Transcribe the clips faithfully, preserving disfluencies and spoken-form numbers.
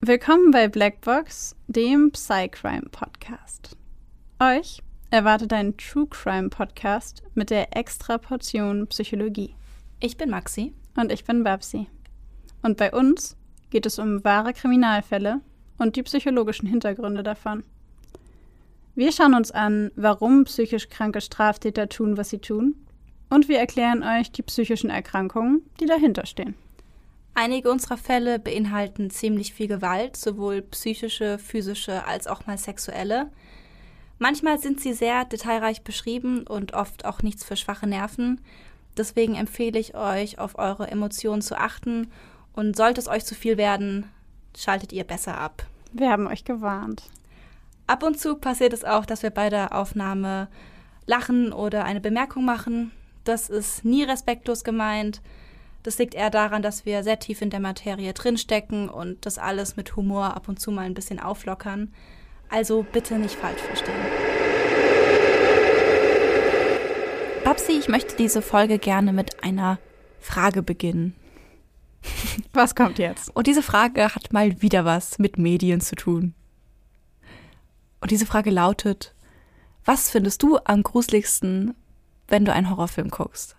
Willkommen bei Blackbox, dem Psycrime-Podcast. Euch erwartet ein True-Crime-Podcast mit der extra Portion Psychologie. Ich bin Maxi. Und ich bin Babsi. Und bei uns geht es um wahre Kriminalfälle und die psychologischen Hintergründe davon. Wir schauen uns an, warum psychisch kranke Straftäter tun, was sie tun. Und wir erklären euch die psychischen Erkrankungen, die dahinter stehen. Einige unserer Fälle beinhalten ziemlich viel Gewalt, sowohl psychische, physische als auch mal sexuelle. Manchmal sind sie sehr detailreich beschrieben und oft auch nichts für schwache Nerven. Deswegen empfehle ich euch, auf eure Emotionen zu achten. Und sollte es euch zu viel werden, schaltet ihr besser ab. Wir haben euch gewarnt. Ab und zu passiert es auch, dass wir bei der Aufnahme lachen oder eine Bemerkung machen. Das ist nie respektlos gemeint. Das liegt eher daran, dass wir sehr tief in der Materie drinstecken und das alles mit Humor ab und zu mal ein bisschen auflockern. Also bitte nicht falsch verstehen. Babsi, ich möchte diese Folge gerne mit einer Frage beginnen. Was kommt jetzt? Und diese Frage hat mal wieder was mit Medien zu tun. Und diese Frage lautet: Was findest du am gruseligsten, wenn du einen Horrorfilm guckst?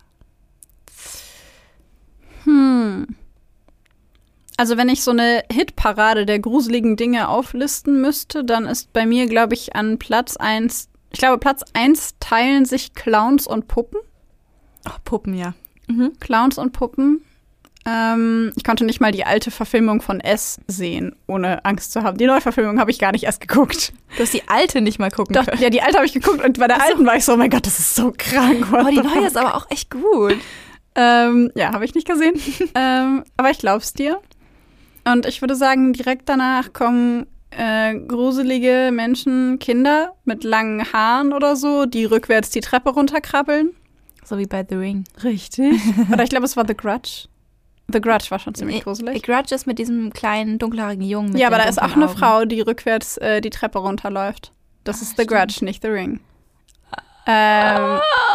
Hm. Also wenn ich so eine Hitparade der gruseligen Dinge auflisten müsste, dann ist bei mir, glaube ich, an Platz eins, ich glaube, Platz eins teilen sich Clowns und Puppen. Ach, Puppen, ja. Mhm. Clowns und Puppen. Ähm, ich konnte nicht mal die alte Verfilmung von S sehen, ohne Angst zu haben. Die Neuverfilmung habe ich gar nicht erst geguckt. Du hast die alte nicht mal gucken Doch, können. ja, die alte habe ich geguckt und bei der Also, alten war ich so, oh mein Gott, das ist so krank. Aber die neue ist aber auch echt gut. Ähm, ja, habe ich nicht gesehen. ähm, aber ich glaub's dir. Und ich würde sagen, direkt danach kommen äh, gruselige Menschen, Kinder mit langen Haaren oder so, die rückwärts die Treppe runterkrabbeln. So wie bei The Ring. Richtig. Oder ich glaube, es war The Grudge. The Grudge war schon ziemlich gruselig. The Grudge ist mit diesem kleinen, dunkelhaarigen Jungen. Mit ja, aber den da ist auch dunklen eine Augen. Frau, die rückwärts äh, die Treppe runterläuft. Das Ah, ist The stimmt. Grudge, nicht The Ring. Ähm,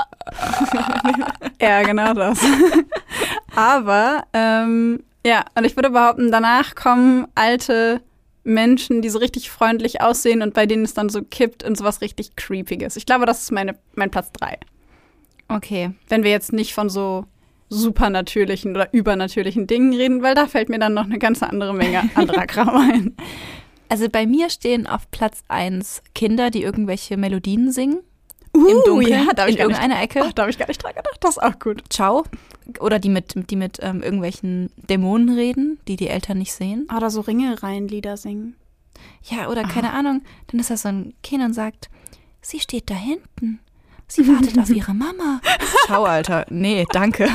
ja, genau das. Aber, ähm, ja, und ich würde behaupten, danach kommen alte Menschen, die so richtig freundlich aussehen und bei denen es dann so kippt in sowas richtig Creepiges. Ich glaube, das ist meine, mein Platz drei. Okay. Wenn wir jetzt nicht von so supernatürlichen oder übernatürlichen Dingen reden, weil da fällt mir dann noch eine ganz andere Menge anderer Kram ein. Also bei mir stehen auf Platz eins Kinder, die irgendwelche Melodien singen. Uh, Im Dunkeln, ja, da hab ich in gar nicht- irgendeiner Ecke. Ach, da habe ich gar nicht dran gedacht. Das ist auch gut. Ciao. Oder die mit, die mit ähm, irgendwelchen Dämonen reden, die die Eltern nicht sehen. Oder so Ringelreihenlieder singen. Ja, oder keine Ahnung. Dann ist da so ein Kind und sagt, sie steht da hinten. Sie wartet auf ihre Mama. Ciao, Alter. Nee, danke.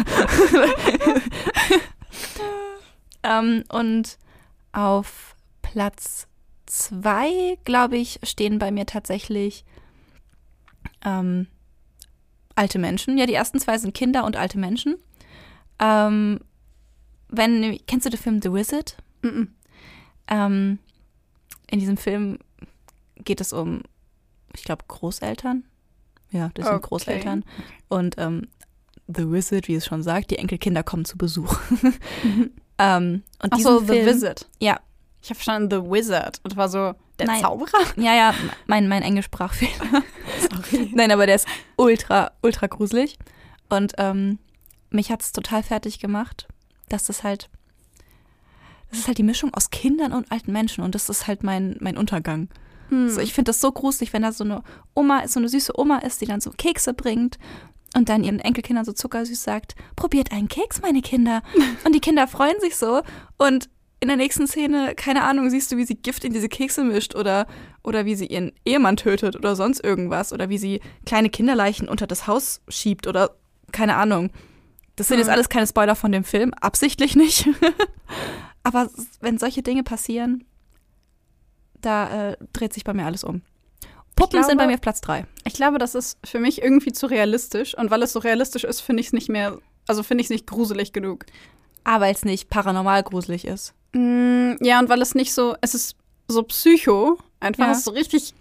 ähm, und auf Platz zwei, glaube ich, stehen bei mir tatsächlich ähm, alte Menschen. Ja, die ersten zwei sind Kinder und alte Menschen. Ähm, wenn, kennst du den Film The Wizard? Mm-mm. Ähm, in diesem Film geht es um, ich glaube, Großeltern. Ja, das sind Okay. Großeltern. Und ähm, The Wizard, wie es schon sagt, die Enkelkinder kommen zu Besuch. ähm, und Ach diesen so, The Film, Wizard. Ja, Ich habe verstanden The Wizard und war so der Nein. Zauberer. ja, ja, mein, mein Englischsprachfehler. Sorry. Nein, aber der ist ultra, ultra gruselig. Und ähm, mich hat es total fertig gemacht, dass das halt, das ist halt die Mischung aus Kindern und alten Menschen. Und das ist halt mein, mein Untergang. Hm. So, ich finde das so gruselig, wenn da so eine Oma ist, so eine süße Oma ist, die dann so Kekse bringt und dann ihren Enkelkindern so zuckersüß sagt, probiert einen Keks, meine Kinder. Und die Kinder freuen sich so und in der nächsten Szene, keine Ahnung, siehst du, wie sie Gift in diese Kekse mischt oder, oder wie sie ihren Ehemann tötet oder sonst irgendwas oder wie sie kleine Kinderleichen unter das Haus schiebt oder keine Ahnung. Das sind Hm. jetzt alles keine Spoiler von dem Film, absichtlich nicht. Aber wenn solche Dinge passieren, da äh, dreht sich bei mir alles um. Puppen glaube- sind bei mir auf Platz drei. Ich glaube, das ist für mich irgendwie zu realistisch. Und weil es so realistisch ist, finde ich es nicht mehr, also finde ich es nicht gruselig genug. Aber weil es nicht paranormal gruselig ist. Mm, ja, und weil es nicht so, es ist so psycho, einfach Ja. es ist so richtig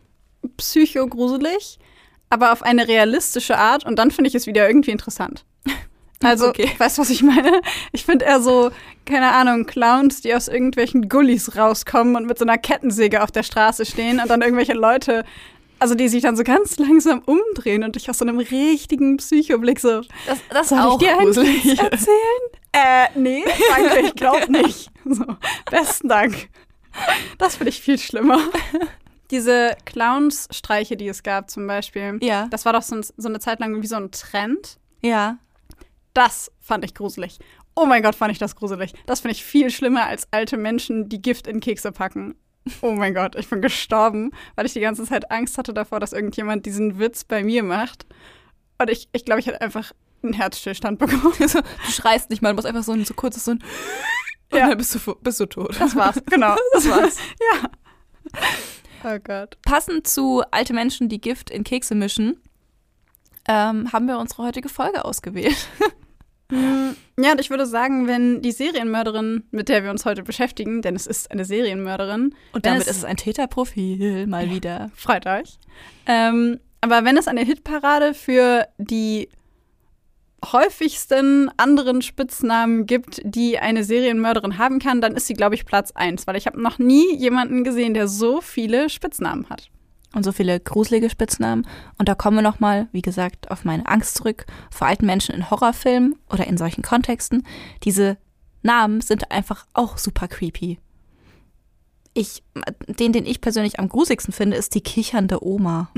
psycho-gruselig, aber auf eine realistische Art. Und dann finde ich es wieder irgendwie interessant. Also, Okay. weißt du, was ich meine? Ich finde eher so, keine Ahnung, Clowns, die aus irgendwelchen Gullis rauskommen und mit so einer Kettensäge auf der Straße stehen und dann irgendwelche Leute, also die sich dann so ganz langsam umdrehen und dich aus so einem richtigen Psychoblick so, Das, das soll ist auch ich dir gruselig. endlich erzählen? Äh, nee, danke, ich glaube nicht. So, besten Dank. Das finde ich viel schlimmer. Diese Clowns-Streiche, die es gab zum Beispiel, Ja. das war doch so, so eine Zeit lang wie so ein Trend. Ja. Das fand ich gruselig. Oh mein Gott, fand ich das gruselig. Das finde ich viel schlimmer als alte Menschen, die Gift in Kekse packen. Oh mein Gott, ich bin gestorben, weil ich die ganze Zeit Angst hatte davor, dass irgendjemand diesen Witz bei mir macht. Und ich ich glaube, ich hätte einfach einen Herzstillstand bekommen. Also, du schreist nicht mal, du musst einfach so ein so kurzes so ein und Ja. dann bist du, bist du tot. Das war's, genau. Das war's. Ja. Oh Gott. Passend zu alte Menschen, die Gift in Kekse mischen, ähm, haben wir unsere heutige Folge ausgewählt. Ja, und ich würde sagen, wenn die Serienmörderin, mit der wir uns heute beschäftigen, denn es ist eine Serienmörderin. Und wenn damit ist es ein Täterprofil, mal wieder. Freut euch. Ähm, aber wenn es eine Hitparade für die häufigsten anderen Spitznamen gibt, die eine Serienmörderin haben kann, dann ist sie, glaube ich, Platz eins. Weil ich habe noch nie jemanden gesehen, der so viele Spitznamen hat. Und so viele gruselige Spitznamen. Und da kommen wir nochmal, wie gesagt, auf meine Angst zurück vor alten Menschen in Horrorfilmen oder in solchen Kontexten. Diese Namen sind einfach auch super creepy. Ich, den, den ich persönlich am gruseligsten finde, ist die kichernde Oma.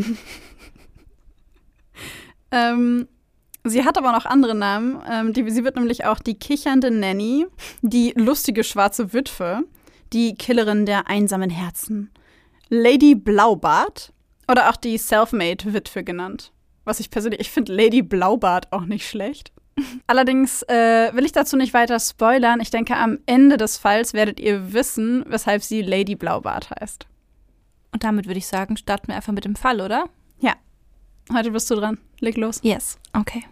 Ähm, sie hat aber noch andere Namen. Ähm, die, sie wird nämlich auch die kichernde Nanny, die lustige schwarze Witwe, die Killerin der einsamen Herzen, Lady Blaubart oder auch die Selfmade-Witwe genannt. Was ich persönlich, ich finde Lady Blaubart auch nicht schlecht. Allerdings äh, will ich dazu nicht weiter spoilern. Ich denke, am Ende des Falls werdet ihr wissen, weshalb sie Lady Blaubart heißt. Und damit würde ich sagen, starten wir einfach mit dem Fall, oder? Ja, heute bist du dran. Leg los. Yes, okay.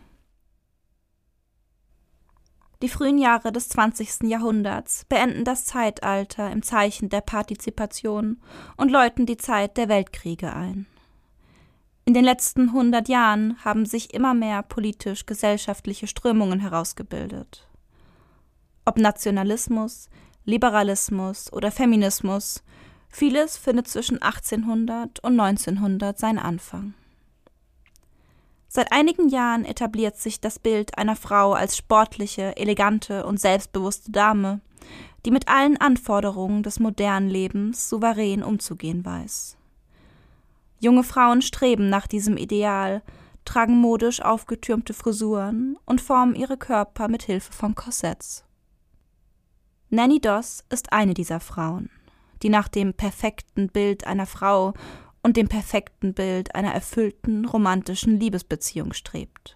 Die frühen Jahre des zwanzigsten Jahrhunderts beenden das Zeitalter im Zeichen der Partizipation und läuten die Zeit der Weltkriege ein. In den letzten hundert Jahren haben sich immer mehr politisch-gesellschaftliche Strömungen herausgebildet. Ob Nationalismus, Liberalismus oder Feminismus, vieles findet zwischen achtzehnhundert und neunzehnhundert seinen Anfang. Seit einigen Jahren etabliert sich das Bild einer Frau als sportliche, elegante und selbstbewusste Dame, die mit allen Anforderungen des modernen Lebens souverän umzugehen weiß. Junge Frauen streben nach diesem Ideal, tragen modisch aufgetürmte Frisuren und formen ihre Körper mit Hilfe von Korsetts. Nanny Doss ist eine dieser Frauen, die nach dem perfekten Bild einer Frau und dem perfekten Bild einer erfüllten, romantischen Liebesbeziehung strebt.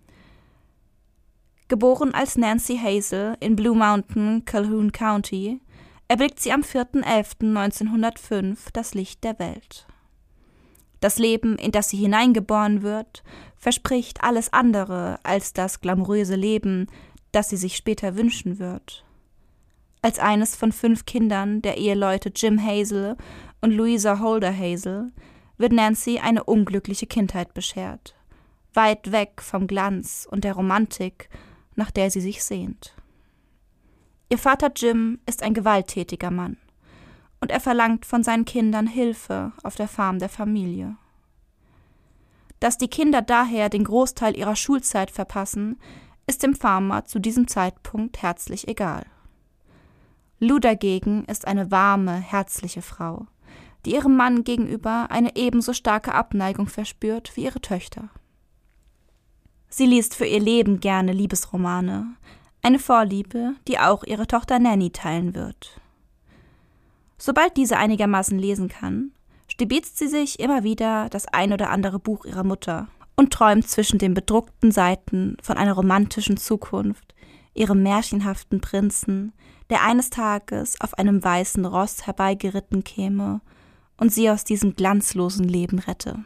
Geboren als Nancy Hazel in Blue Mountain, Calhoun County, erblickt sie am vierten elften neunzehnhundertfünf das Licht der Welt. Das Leben, in das sie hineingeboren wird, verspricht alles andere als das glamouröse Leben, das sie sich später wünschen wird. Als eines von fünf Kindern der Eheleute Jim Hazel und Louisa Holder Hazel wird Nancy eine unglückliche Kindheit beschert, weit weg vom Glanz und der Romantik, nach der sie sich sehnt. Ihr Vater Jim ist ein gewalttätiger Mann und er verlangt von seinen Kindern Hilfe auf der Farm der Familie. Dass die Kinder daher den Großteil ihrer Schulzeit verpassen, ist dem Farmer zu diesem Zeitpunkt herzlich egal. Lou dagegen ist eine warme, herzliche Frau, die ihrem Mann gegenüber eine ebenso starke Abneigung verspürt wie ihre Töchter. Sie liest für ihr Leben gerne Liebesromane, eine Vorliebe, die auch ihre Tochter Nanny teilen wird. Sobald diese einigermaßen lesen kann, stibizt sie sich immer wieder das ein oder andere Buch ihrer Mutter und träumt zwischen den bedruckten Seiten von einer romantischen Zukunft, ihrem märchenhaften Prinzen, der eines Tages auf einem weißen Ross herbeigeritten käme und sie aus diesem glanzlosen Leben rette.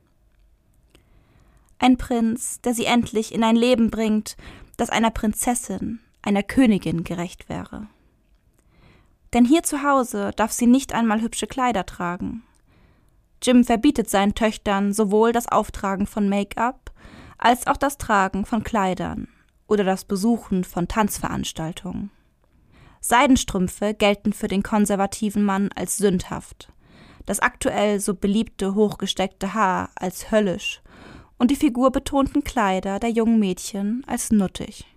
Ein Prinz, der sie endlich in ein Leben bringt, das einer Prinzessin, einer Königin gerecht wäre. Denn hier zu Hause darf sie nicht einmal hübsche Kleider tragen. Jim verbietet seinen Töchtern sowohl das Auftragen von Make-up als auch das Tragen von Kleidern oder das Besuchen von Tanzveranstaltungen. Seidenstrümpfe gelten für den konservativen Mann als sündhaft, das aktuell so beliebte hochgesteckte Haar als höllisch und die figurbetonten Kleider der jungen Mädchen als nuttig.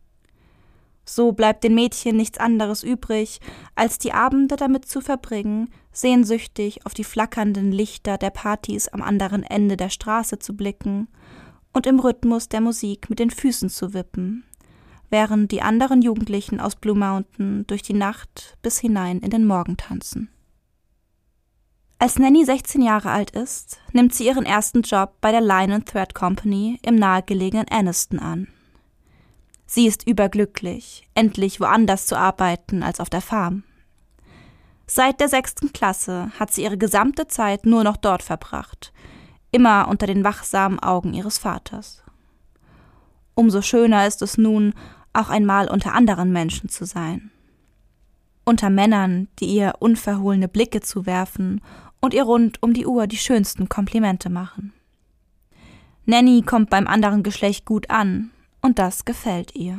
So bleibt den Mädchen nichts anderes übrig, als die Abende damit zu verbringen, sehnsüchtig auf die flackernden Lichter der Partys am anderen Ende der Straße zu blicken und im Rhythmus der Musik mit den Füßen zu wippen, während die anderen Jugendlichen aus Blue Mountain durch die Nacht bis hinein in den Morgen tanzen. Als Nanny sechzehn Jahre alt ist, nimmt sie ihren ersten Job bei der Line and Thread Company im nahegelegenen Anniston an. Sie ist überglücklich, endlich woanders zu arbeiten als auf der Farm. Seit der sechsten Klasse hat sie ihre gesamte Zeit nur noch dort verbracht, immer unter den wachsamen Augen ihres Vaters. Umso schöner ist es nun, auch einmal unter anderen Menschen zu sein. Unter Männern, die ihr unverhohlene Blicke zuwerfen und ihr rund um die Uhr die schönsten Komplimente machen. Nanny kommt beim anderen Geschlecht gut an, und das gefällt ihr.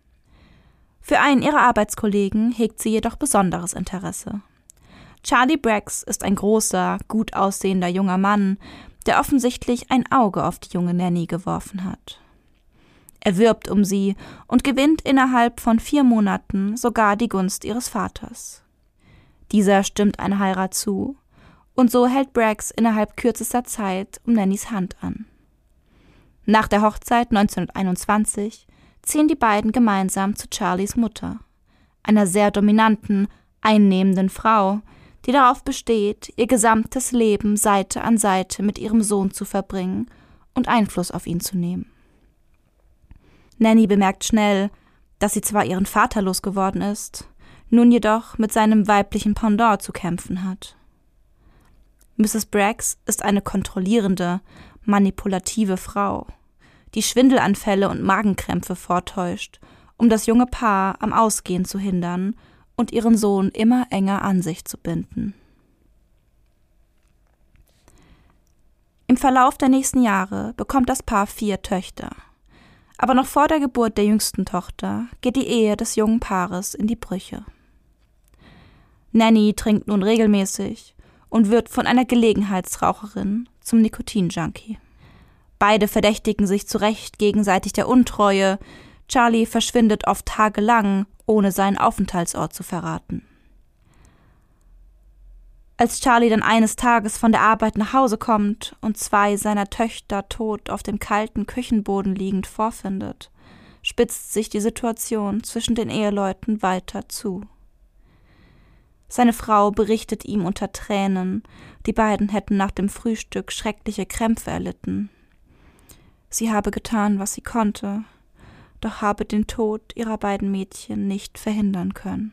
Für einen ihrer Arbeitskollegen hegt sie jedoch besonderes Interesse. Charlie Braggs ist ein großer, gut aussehender junger Mann, der offensichtlich ein Auge auf die junge Nanny geworfen hat. Er wirbt um sie und gewinnt innerhalb von vier Monaten sogar die Gunst ihres Vaters. Dieser stimmt eine Heirat zu, und so hält Braggs innerhalb kürzester Zeit um Nannys Hand an. Nach der Hochzeit neunzehnhunderteinundzwanzig ziehen die beiden gemeinsam zu Charlies Mutter, einer sehr dominanten, einnehmenden Frau, die darauf besteht, ihr gesamtes Leben Seite an Seite mit ihrem Sohn zu verbringen und Einfluss auf ihn zu nehmen. Nanny bemerkt schnell, dass sie zwar ihren Vater losgeworden ist, nun jedoch mit seinem weiblichen Pendant zu kämpfen hat. Misses Braggs ist eine kontrollierende, manipulative Frau, die Schwindelanfälle und Magenkrämpfe vortäuscht, um das junge Paar am Ausgehen zu hindern und ihren Sohn immer enger an sich zu binden. Im Verlauf der nächsten Jahre bekommt das Paar vier Töchter. Aber noch vor der Geburt der jüngsten Tochter geht die Ehe des jungen Paares in die Brüche. Nanny trinkt nun regelmäßig und wird von einer Gelegenheitsraucherin zum Nikotin-Junkie. Beide verdächtigen sich zu Recht gegenseitig der Untreue. Charlie verschwindet oft tagelang, ohne seinen Aufenthaltsort zu verraten. Als Charlie dann eines Tages von der Arbeit nach Hause kommt und zwei seiner Töchter tot auf dem kalten Küchenboden liegend vorfindet, spitzt sich die Situation zwischen den Eheleuten weiter zu. Seine Frau berichtet ihm unter Tränen, die beiden hätten nach dem Frühstück schreckliche Krämpfe erlitten. Sie habe getan, was sie konnte, doch habe den Tod ihrer beiden Mädchen nicht verhindern können.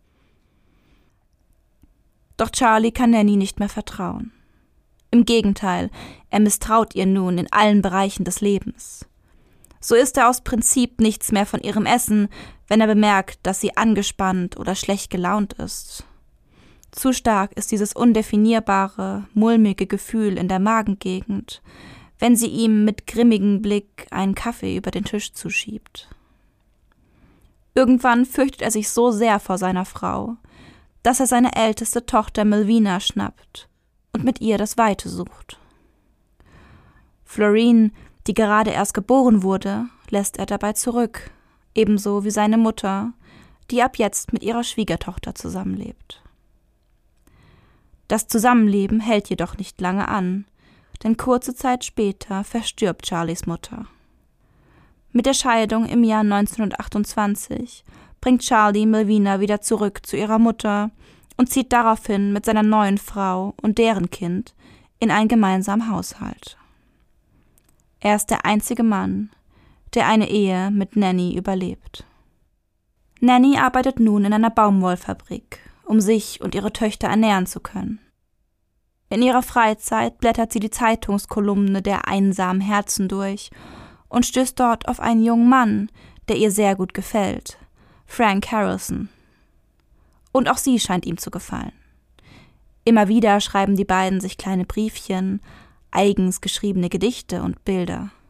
Doch Charlie kann Nanny nicht mehr vertrauen. Im Gegenteil, er misstraut ihr nun in allen Bereichen des Lebens. So isst er aus Prinzip nichts mehr von ihrem Essen, wenn er bemerkt, dass sie angespannt oder schlecht gelaunt ist. Zu stark ist dieses undefinierbare, mulmige Gefühl in der Magengegend, wenn sie ihm mit grimmigem Blick einen Kaffee über den Tisch zuschiebt. Irgendwann fürchtet er sich so sehr vor seiner Frau, dass er seine älteste Tochter Melvina schnappt und mit ihr das Weite sucht. Florine, die gerade erst geboren wurde, lässt er dabei zurück, ebenso wie seine Mutter, die ab jetzt mit ihrer Schwiegertochter zusammenlebt. Das Zusammenleben hält jedoch nicht lange an, denn kurze Zeit später verstirbt Charlies Mutter. Mit der Scheidung im Jahr neunzehnhundertachtundzwanzig bringt Charlie Melvina wieder zurück zu ihrer Mutter und zieht daraufhin mit seiner neuen Frau und deren Kind in einen gemeinsamen Haushalt. Er ist der einzige Mann, der eine Ehe mit Nanny überlebt. Nanny arbeitet nun in einer Baumwollfabrik, um sich und ihre Töchter ernähren zu können. In ihrer Freizeit blättert sie die Zeitungskolumne der einsamen Herzen durch und stößt dort auf einen jungen Mann, der ihr sehr gut gefällt, Frank Harrelson. Und auch sie scheint ihm zu gefallen. Immer wieder schreiben die beiden sich kleine Briefchen, eigens geschriebene Gedichte und Bilder.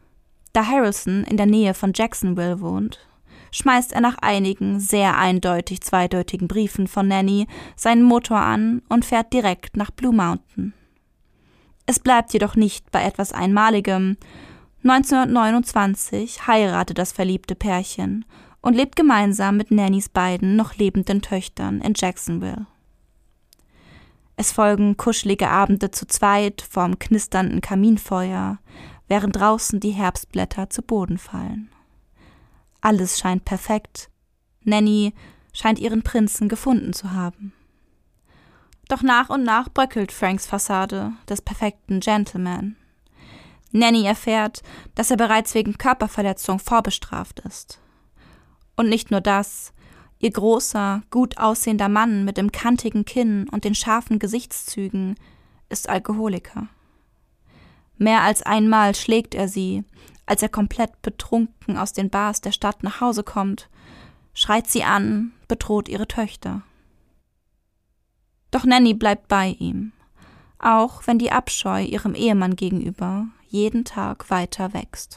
Da Harrison in der Nähe von Jacksonville wohnt, schmeißt er nach einigen sehr eindeutig zweideutigen Briefen von Nanny seinen Motor an und fährt direkt nach Blue Mountain. Es bleibt jedoch nicht bei etwas Einmaligem. neunzehnhundertneunundzwanzig heiratet das verliebte Pärchen und lebt gemeinsam mit Nannys beiden noch lebenden Töchtern in Jacksonville. Es folgen kuschelige Abende zu zweit vorm knisternden Kaminfeuer, während draußen die Herbstblätter zu Boden fallen. Alles scheint perfekt. Nanny scheint ihren Prinzen gefunden zu haben. Doch nach und nach bröckelt Franks Fassade des perfekten Gentleman. Nanny erfährt, dass er bereits wegen Körperverletzung vorbestraft ist. Und nicht nur das, ihr großer, gut aussehender Mann mit dem kantigen Kinn und den scharfen Gesichtszügen ist Alkoholiker. Mehr als einmal schlägt er sie, als er komplett betrunken aus den Bars der Stadt nach Hause kommt, schreit sie an, bedroht ihre Töchter. Doch Nanny bleibt bei ihm, auch wenn die Abscheu ihrem Ehemann gegenüber jeden Tag weiter wächst.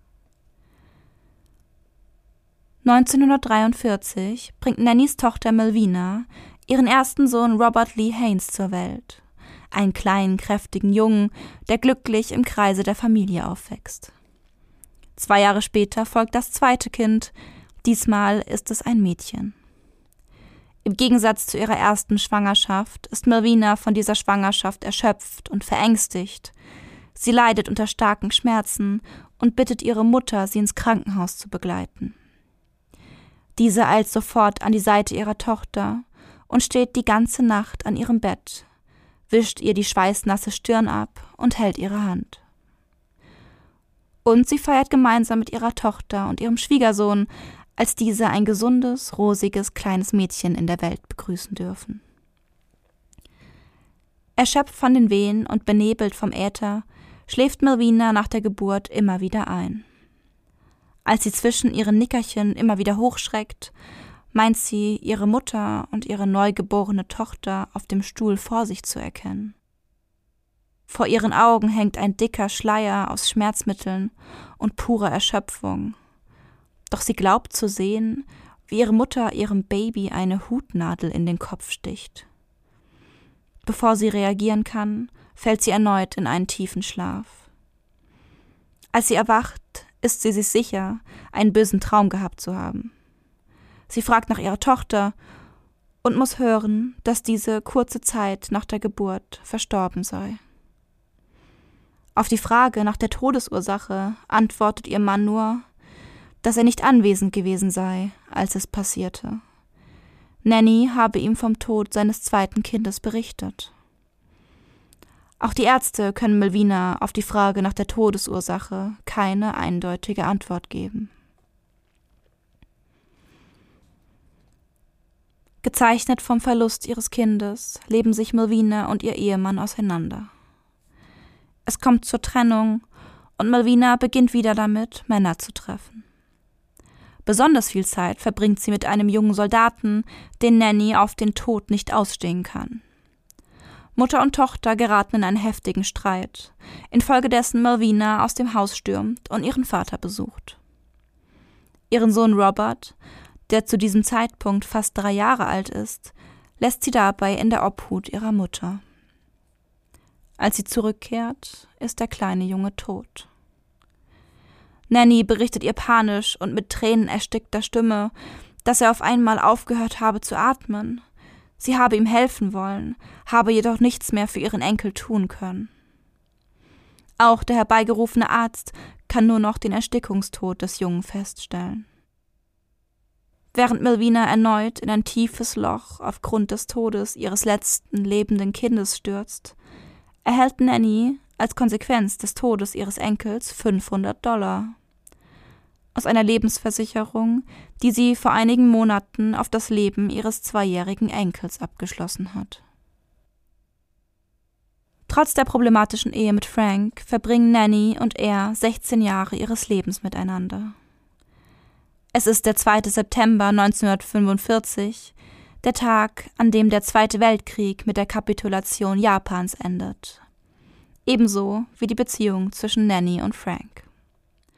neunzehnhundertdreiundvierzig bringt Nannys Tochter Melvina ihren ersten Sohn Robert Lee Haynes zur Welt, einen kleinen, kräftigen Jungen, der glücklich im Kreise der Familie aufwächst. Zwei Jahre später folgt das zweite Kind, diesmal ist es ein Mädchen. Im Gegensatz zu ihrer ersten Schwangerschaft ist Melvina von dieser Schwangerschaft erschöpft und verängstigt. Sie leidet unter starken Schmerzen und bittet ihre Mutter, sie ins Krankenhaus zu begleiten. Diese eilt sofort an die Seite ihrer Tochter und steht die ganze Nacht an ihrem Bett, wischt ihr die schweißnasse Stirn ab und hält ihre Hand. Und sie feiert gemeinsam mit ihrer Tochter und ihrem Schwiegersohn, als diese ein gesundes, rosiges, kleines Mädchen in der Welt begrüßen dürfen. Erschöpft von den Wehen und benebelt vom Äther, schläft Melvina nach der Geburt immer wieder ein. Als sie zwischen ihren Nickerchen immer wieder hochschreckt, meint sie, ihre Mutter und ihre neugeborene Tochter auf dem Stuhl vor sich zu erkennen. Vor ihren Augen hängt ein dicker Schleier aus Schmerzmitteln und purer Erschöpfung. Doch sie glaubt zu sehen, wie ihre Mutter ihrem Baby eine Hutnadel in den Kopf sticht. Bevor sie reagieren kann, fällt sie erneut in einen tiefen Schlaf. Als sie erwacht, ist sie sich sicher, einen bösen Traum gehabt zu haben. Sie fragt nach ihrer Tochter und muss hören, dass diese kurze Zeit nach der Geburt verstorben sei. Auf die Frage nach der Todesursache antwortet ihr Mann nur, dass er nicht anwesend gewesen sei, als es passierte. Nanny habe ihm vom Tod seines zweiten Kindes berichtet. Auch die Ärzte können Melvina auf die Frage nach der Todesursache keine eindeutige Antwort geben. Gezeichnet vom Verlust ihres Kindes leben sich Melvina und ihr Ehemann auseinander. Es kommt zur Trennung und Melvina beginnt wieder damit, Männer zu treffen. Besonders viel Zeit verbringt sie mit einem jungen Soldaten, den Nanny auf den Tod nicht ausstehen kann. Mutter und Tochter geraten in einen heftigen Streit, infolgedessen Melvina aus dem Haus stürmt und ihren Vater besucht. Ihren Sohn Robert, der zu diesem Zeitpunkt fast drei Jahre alt ist, lässt sie dabei in der Obhut ihrer Mutter. Als sie zurückkehrt, ist der kleine Junge tot. Nanny berichtet ihr panisch und mit Tränen erstickter Stimme, dass er auf einmal aufgehört habe zu atmen. Sie habe ihm helfen wollen, habe jedoch nichts mehr für ihren Enkel tun können. Auch der herbeigerufene Arzt kann nur noch den Erstickungstod des Jungen feststellen. Während Melvina erneut in ein tiefes Loch aufgrund des Todes ihres letzten lebenden Kindes stürzt, erhält Nanny als Konsequenz des Todes ihres Enkels fünfhundert Dollar. Aus einer Lebensversicherung, die sie vor einigen Monaten auf das Leben ihres zweijährigen Enkels abgeschlossen hat. Trotz der problematischen Ehe mit Frank verbringen Nanny und er sechzehn Jahre ihres Lebens miteinander. Es ist der zweite September neunzehnhundertfünfundvierzig, der Tag, an dem der Zweite Weltkrieg mit der Kapitulation Japans endet. Ebenso wie die Beziehung zwischen Nanny und Frank.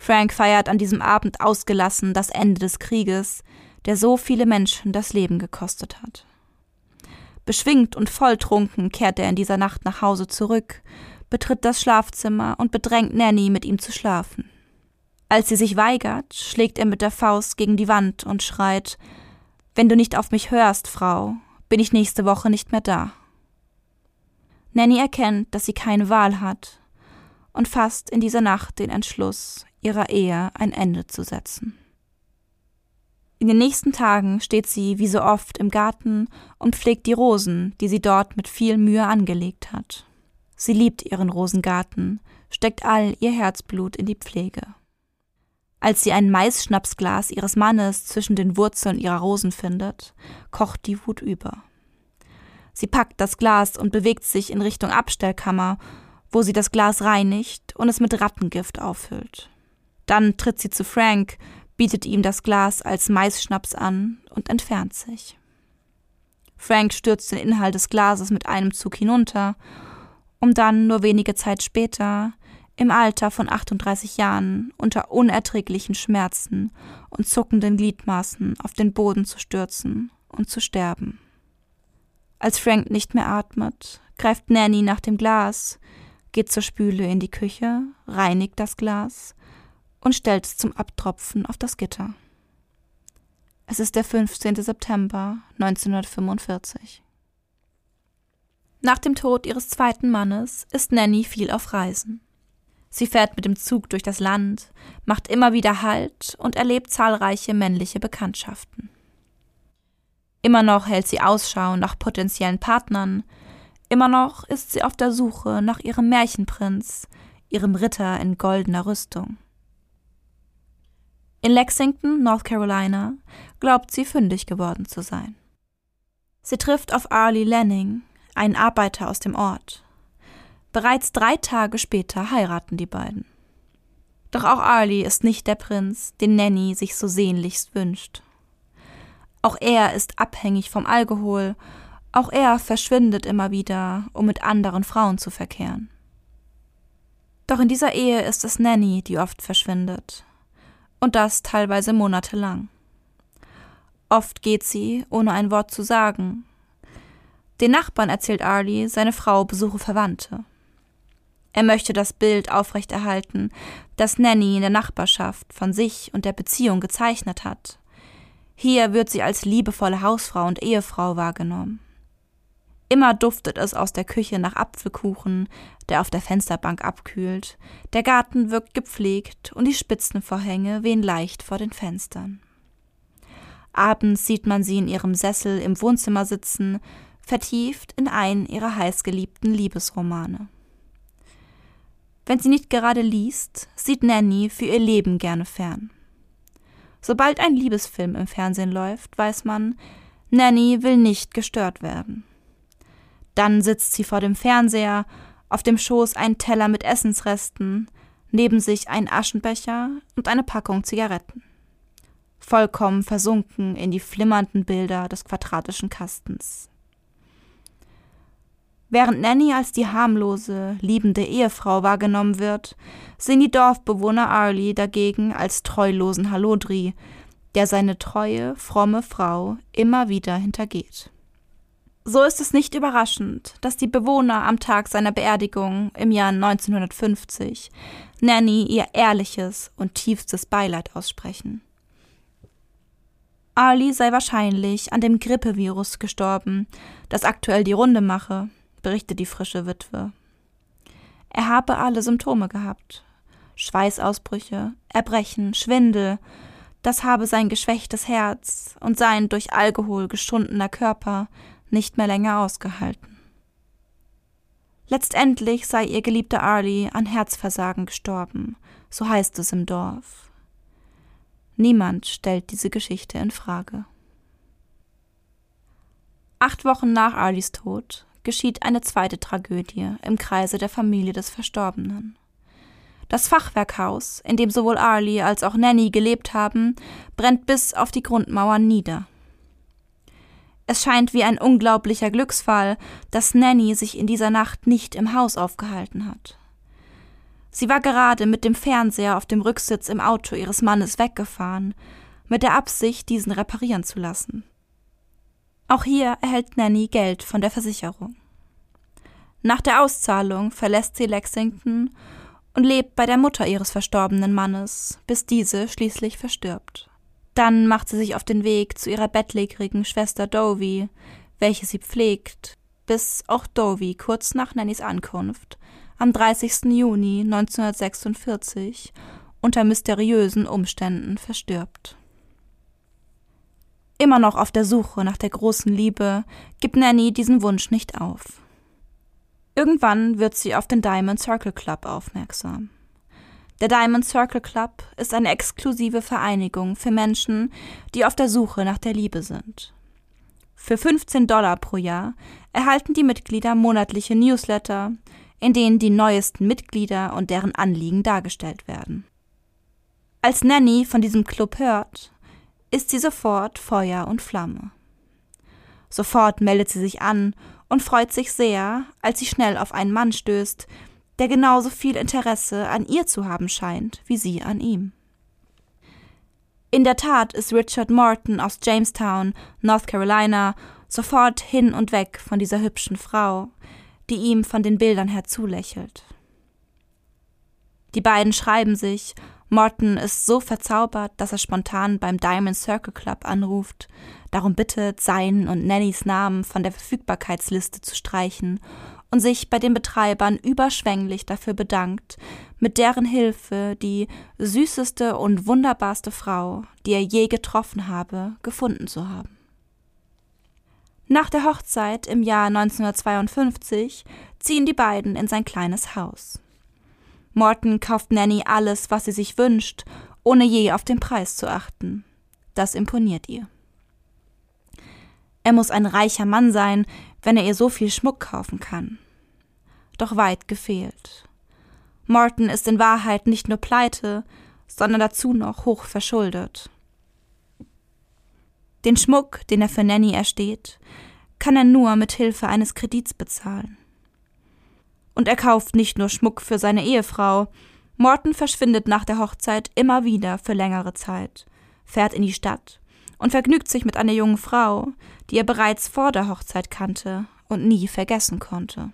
Frank feiert an diesem Abend ausgelassen das Ende des Krieges, der so viele Menschen das Leben gekostet hat. Beschwingt und volltrunken kehrt er in dieser Nacht nach Hause zurück, betritt das Schlafzimmer und bedrängt Nanny, mit ihm zu schlafen. Als sie sich weigert, schlägt er mit der Faust gegen die Wand und schreit: »Wenn du nicht auf mich hörst, Frau, bin ich nächste Woche nicht mehr da.« Nanny erkennt, dass sie keine Wahl hat und fasst in dieser Nacht den Entschluss, ihrer Ehe ein Ende zu setzen. In den nächsten Tagen steht sie wie so oft im Garten und pflegt die Rosen, die sie dort mit viel Mühe angelegt hat. Sie liebt ihren Rosengarten, steckt all ihr Herzblut in die Pflege. Als sie ein Maisschnapsglas ihres Mannes zwischen den Wurzeln ihrer Rosen findet, kocht die Wut über. Sie packt das Glas und bewegt sich in Richtung Abstellkammer, wo sie das Glas reinigt und es mit Rattengift auffüllt. Dann tritt sie zu Frank, bietet ihm das Glas als Maisschnaps an und entfernt sich. Frank stürzt den Inhalt des Glases mit einem Zug hinunter, um dann nur wenige Zeit später im Alter von achtunddreißig Jahren unter unerträglichen Schmerzen und zuckenden Gliedmaßen auf den Boden zu stürzen und zu sterben. Als Frank nicht mehr atmet, greift Nanny nach dem Glas, geht zur Spüle in die Küche, reinigt das Glas und stellt es zum Abtropfen auf das Gitter. Es ist der fünfzehnten September neunzehnhundertfünfundvierzig. Nach dem Tod ihres zweiten Mannes ist Nanny viel auf Reisen. Sie fährt mit dem Zug durch das Land, macht immer wieder Halt und erlebt zahlreiche männliche Bekanntschaften. Immer noch hält sie Ausschau nach potenziellen Partnern, immer noch ist sie auf der Suche nach ihrem Märchenprinz, ihrem Ritter in goldener Rüstung. In Lexington, North Carolina, glaubt sie fündig geworden zu sein. Sie trifft auf Arlie Lanning, einen Arbeiter aus dem Ort. Bereits drei Tage später heiraten die beiden. Doch auch Arlie ist nicht der Prinz, den Nanny sich so sehnlichst wünscht. Auch er ist abhängig vom Alkohol, auch er verschwindet immer wieder, um mit anderen Frauen zu verkehren. Doch in dieser Ehe ist es Nanny, die oft verschwindet. Und das teilweise monatelang. Oft geht sie, ohne ein Wort zu sagen. Den Nachbarn erzählt Arlie, seine Frau besuche Verwandte. Er möchte das Bild aufrechterhalten, das Nanny in der Nachbarschaft von sich und der Beziehung gezeichnet hat. Hier wird sie als liebevolle Hausfrau und Ehefrau wahrgenommen. Immer duftet es aus der Küche nach Apfelkuchen, der auf der Fensterbank abkühlt. Der Garten wirkt gepflegt und die Spitzenvorhänge wehen leicht vor den Fenstern. Abends sieht man sie in ihrem Sessel im Wohnzimmer sitzen, vertieft in einen ihrer heißgeliebten Liebesromane. Wenn sie nicht gerade liest, sieht Nanny für ihr Leben gerne fern. Sobald ein Liebesfilm im Fernsehen läuft, weiß man, Nanny will nicht gestört werden. Dann sitzt sie vor dem Fernseher, auf dem Schoß ein Teller mit Essensresten, neben sich ein Aschenbecher und eine Packung Zigaretten. Vollkommen versunken in die flimmernden Bilder des quadratischen Kastens. Während Nanny als die harmlose, liebende Ehefrau wahrgenommen wird, sehen die Dorfbewohner Arlie dagegen als treulosen Hallodri, der seine treue, fromme Frau immer wieder hintergeht. So ist es nicht überraschend, dass die Bewohner am Tag seiner Beerdigung im Jahr neunzehnhundertfünfzig Nanny ihr ehrliches und tiefstes Beileid aussprechen. Arlie sei wahrscheinlich an dem Grippevirus gestorben, das aktuell die Runde mache, berichtet die frische Witwe. Er habe alle Symptome gehabt. Schweißausbrüche, Erbrechen, Schwindel, das habe sein geschwächtes Herz und sein durch Alkohol geschundener Körper nicht mehr länger ausgehalten. Letztendlich sei ihr geliebter Arlie an Herzversagen gestorben, so heißt es im Dorf. Niemand stellt diese Geschichte in Frage. Acht Wochen nach Arlies Tod geschieht eine zweite Tragödie im Kreise der Familie des Verstorbenen. Das Fachwerkhaus, in dem sowohl Arlie als auch Nanny gelebt haben, brennt bis auf die Grundmauern nieder. Es scheint wie ein unglaublicher Glücksfall, dass Nanny sich in dieser Nacht nicht im Haus aufgehalten hat. Sie war gerade mit dem Fernseher auf dem Rücksitz im Auto ihres Mannes weggefahren, mit der Absicht, diesen reparieren zu lassen. Auch hier erhält Nanny Geld von der Versicherung. Nach der Auszahlung verlässt sie Lexington und lebt bei der Mutter ihres verstorbenen Mannes, bis diese schließlich verstirbt. Dann macht sie sich auf den Weg zu ihrer bettlägerigen Schwester Dovie, welche sie pflegt, bis auch Dovie kurz nach Nannys Ankunft am dreißigsten Juni neunzehnhundertsechsundvierzig unter mysteriösen Umständen verstirbt. Immer noch auf der Suche nach der großen Liebe gibt Nanny diesen Wunsch nicht auf. Irgendwann wird sie auf den Diamond Circle Club aufmerksam. Der Diamond Circle Club ist eine exklusive Vereinigung für Menschen, die auf der Suche nach der Liebe sind. Für fünfzehn Dollar pro Jahr erhalten die Mitglieder monatliche Newsletter, in denen die neuesten Mitglieder und deren Anliegen dargestellt werden. Als Nanny von diesem Club hört, ist sie sofort Feuer und Flamme. Sofort meldet sie sich an und freut sich sehr, als sie schnell auf einen Mann stößt, der genauso viel Interesse an ihr zu haben scheint, wie sie an ihm. In der Tat ist Richard Morton aus Jamestown, North Carolina, sofort hin und weg von dieser hübschen Frau, die ihm von den Bildern her zulächelt. Die beiden schreiben sich. Morton ist so verzaubert, dass er spontan beim Diamond Circle Club anruft, darum bittet, seinen und Nannys Namen von der Verfügbarkeitsliste zu streichen und sich bei den Betreibern überschwänglich dafür bedankt, mit deren Hilfe die süßeste und wunderbarste Frau, die er je getroffen habe, gefunden zu haben. Nach der Hochzeit im Jahr neunzehnhundertzweiundfünfzig ziehen die beiden in sein kleines Haus. Morton kauft Nanny alles, was sie sich wünscht, ohne je auf den Preis zu achten. Das imponiert ihr. Er muss ein reicher Mann sein, wenn er ihr so viel Schmuck kaufen kann. Doch weit gefehlt. Morton ist in Wahrheit nicht nur pleite, sondern dazu noch hoch verschuldet. Den Schmuck, den er für Nanny ersteht, kann er nur mit Hilfe eines Kredits bezahlen. Und er kauft nicht nur Schmuck für seine Ehefrau. Morton verschwindet nach der Hochzeit immer wieder für längere Zeit, fährt in die Stadt und vergnügt sich mit einer jungen Frau, die er bereits vor der Hochzeit kannte und nie vergessen konnte.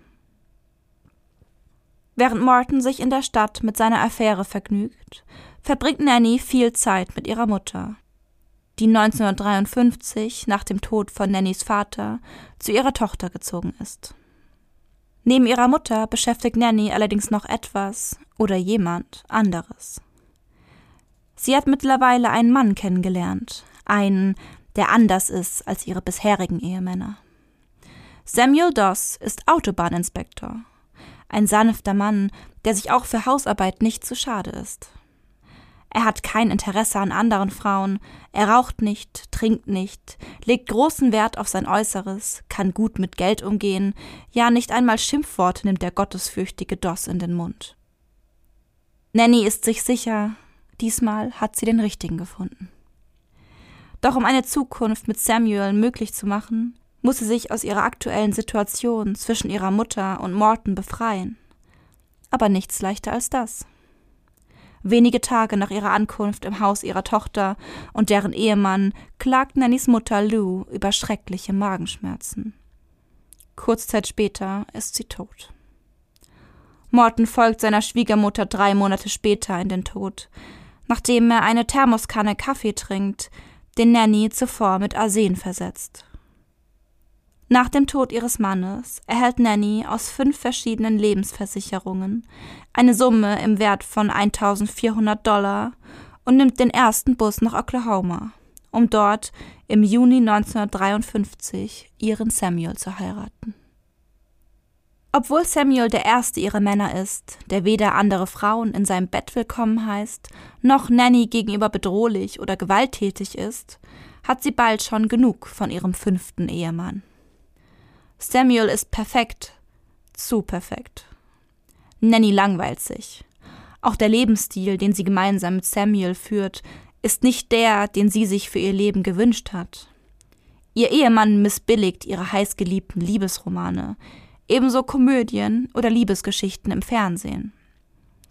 Während Morton sich in der Stadt mit seiner Affäre vergnügt, verbringt Nanny viel Zeit mit ihrer Mutter, die neunzehnhundertdreiundfünfzig nach dem Tod von Nannys Vater zu ihrer Tochter gezogen ist. Neben ihrer Mutter beschäftigt Nanny allerdings noch etwas oder jemand anderes. Sie hat mittlerweile einen Mann kennengelernt, einen, der anders ist als ihre bisherigen Ehemänner. Samuel Doss ist Autobahninspektor, ein sanfter Mann, der sich auch für Hausarbeit nicht zu schade ist. Er hat kein Interesse an anderen Frauen, er raucht nicht, trinkt nicht, legt großen Wert auf sein Äußeres, kann gut mit Geld umgehen, ja nicht einmal Schimpfworte nimmt der gottesfürchtige Doss in den Mund. Nanny ist sich sicher, diesmal hat sie den Richtigen gefunden. Doch um eine Zukunft mit Samuel möglich zu machen, muss sie sich aus ihrer aktuellen Situation zwischen ihrer Mutter und Morton befreien. Aber nichts leichter als das. Wenige Tage nach ihrer Ankunft im Haus ihrer Tochter und deren Ehemann klagt Nannys Mutter Lou über schreckliche Magenschmerzen. Kurz Zeit später ist sie tot. Morton folgt seiner Schwiegermutter drei Monate später in den Tod, nachdem er eine Thermoskanne Kaffee trinkt, den Nanny zuvor mit Arsen versetzt. Nach dem Tod ihres Mannes erhält Nanny aus fünf verschiedenen Lebensversicherungen eine Summe im Wert von eintausendvierhundert Dollar und nimmt den ersten Bus nach Oklahoma, um dort im Juni neunzehnhundertdreiundfünfzig ihren Samuel zu heiraten. Obwohl Samuel der erste ihrer Männer ist, der weder andere Frauen in seinem Bett willkommen heißt, noch Nanny gegenüber bedrohlich oder gewalttätig ist, hat sie bald schon genug von ihrem fünften Ehemann. Samuel ist perfekt, zu perfekt. Nanny langweilt sich. Auch der Lebensstil, den sie gemeinsam mit Samuel führt, ist nicht der, den sie sich für ihr Leben gewünscht hat. Ihr Ehemann missbilligt ihre heißgeliebten Liebesromane, ebenso Komödien oder Liebesgeschichten im Fernsehen.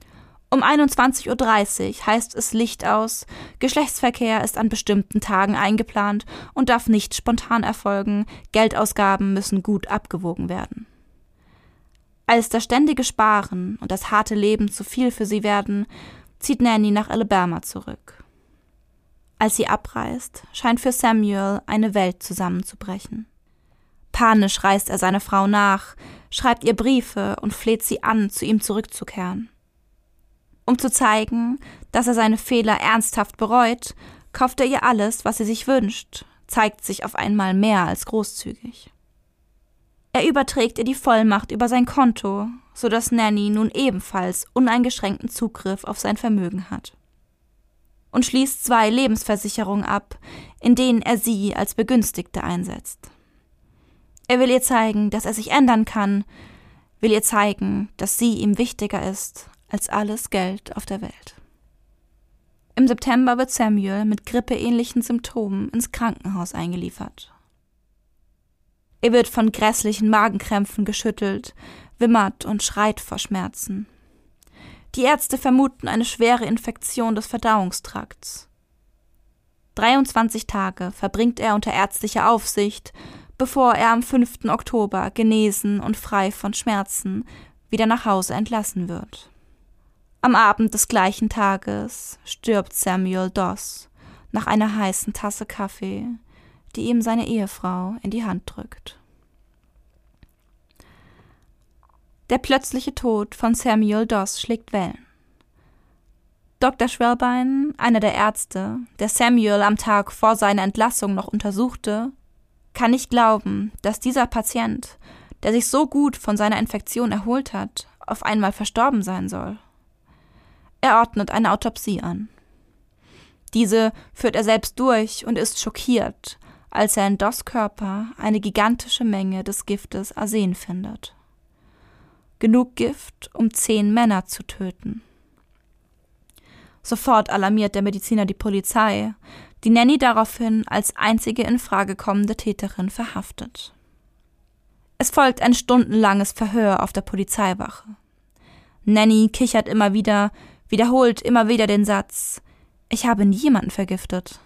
Um einundzwanzig Uhr dreißig heißt es Licht aus, Geschlechtsverkehr ist an bestimmten Tagen eingeplant und darf nicht spontan erfolgen, Geldausgaben müssen gut abgewogen werden. Als das ständige Sparen und das harte Leben zu viel für sie werden, zieht Nanny nach Alabama zurück. Als sie abreist, scheint für Samuel eine Welt zusammenzubrechen. Panisch reist er seiner Frau nach, schreibt ihr Briefe und fleht sie an, zu ihm zurückzukehren. Um zu zeigen, dass er seine Fehler ernsthaft bereut, kauft er ihr alles, was sie sich wünscht, zeigt sich auf einmal mehr als großzügig. Er überträgt ihr die Vollmacht über sein Konto, sodass Nanny nun ebenfalls uneingeschränkten Zugriff auf sein Vermögen hat. Und schließt zwei Lebensversicherungen ab, in denen er sie als Begünstigte einsetzt. Er will ihr zeigen, dass er sich ändern kann, will ihr zeigen, dass sie ihm wichtiger ist als alles Geld auf der Welt. Im September wird Samuel mit grippeähnlichen Symptomen ins Krankenhaus eingeliefert. Er wird von grässlichen Magenkrämpfen geschüttelt, wimmert und schreit vor Schmerzen. Die Ärzte vermuten eine schwere Infektion des Verdauungstrakts. dreiundzwanzig Tage verbringt er unter ärztlicher Aufsicht, bevor er am fünften Oktober genesen und frei von Schmerzen wieder nach Hause entlassen wird. Am Abend des gleichen Tages stirbt Samuel Doss nach einer heißen Tasse Kaffee, die ihm seine Ehefrau in die Hand drückt. Der plötzliche Tod von Samuel Doss schlägt Wellen. Doktor Schwelbein, einer der Ärzte, der Samuel am Tag vor seiner Entlassung noch untersuchte, kann nicht glauben, dass dieser Patient, der sich so gut von seiner Infektion erholt hat, auf einmal verstorben sein soll. Er ordnet eine Autopsie an. Diese führt er selbst durch und ist schockiert, als er in Doss' Körper eine gigantische Menge des Giftes Arsen findet. Genug Gift, um zehn Männer zu töten. Sofort alarmiert der Mediziner die Polizei, die Nanny daraufhin als einzige in Frage kommende Täterin verhaftet. Es folgt ein stundenlanges Verhör auf der Polizeiwache. Nanny kichert immer wieder, wiederholt immer wieder den Satz: „Ich habe nie jemanden vergiftet."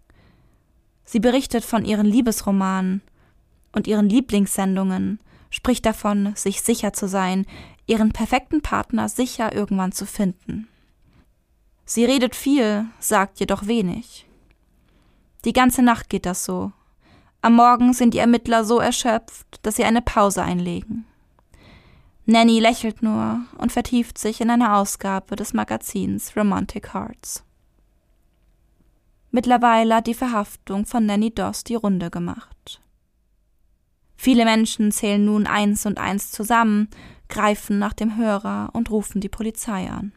Sie berichtet von ihren Liebesromanen und ihren Lieblingssendungen, spricht davon, sich sicher zu sein, ihren perfekten Partner sicher irgendwann zu finden. Sie redet viel, sagt jedoch wenig. Die ganze Nacht geht das so. Am Morgen sind die Ermittler so erschöpft, dass sie eine Pause einlegen. Nanny lächelt nur und vertieft sich in eine Ausgabe des Magazins Romantic Hearts. Mittlerweile hat die Verhaftung von Nanny Doss die Runde gemacht. Viele Menschen zählen nun eins und eins zusammen, greifen nach dem Hörer und rufen die Polizei an.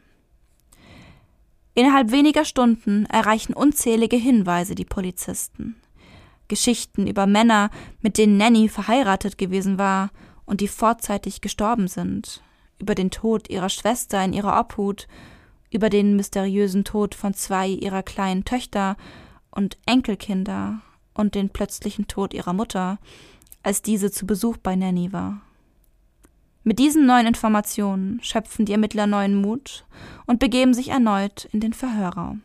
Innerhalb weniger Stunden erreichen unzählige Hinweise die Polizisten. Geschichten über Männer, mit denen Nanny verheiratet gewesen war und die vorzeitig gestorben sind, über den Tod ihrer Schwester in ihrer Obhut, über den mysteriösen Tod von zwei ihrer kleinen Töchter und Enkelkinder und den plötzlichen Tod ihrer Mutter, als diese zu Besuch bei Nanny war. Mit diesen neuen Informationen schöpfen die Ermittler neuen Mut und begeben sich erneut in den Verhörraum.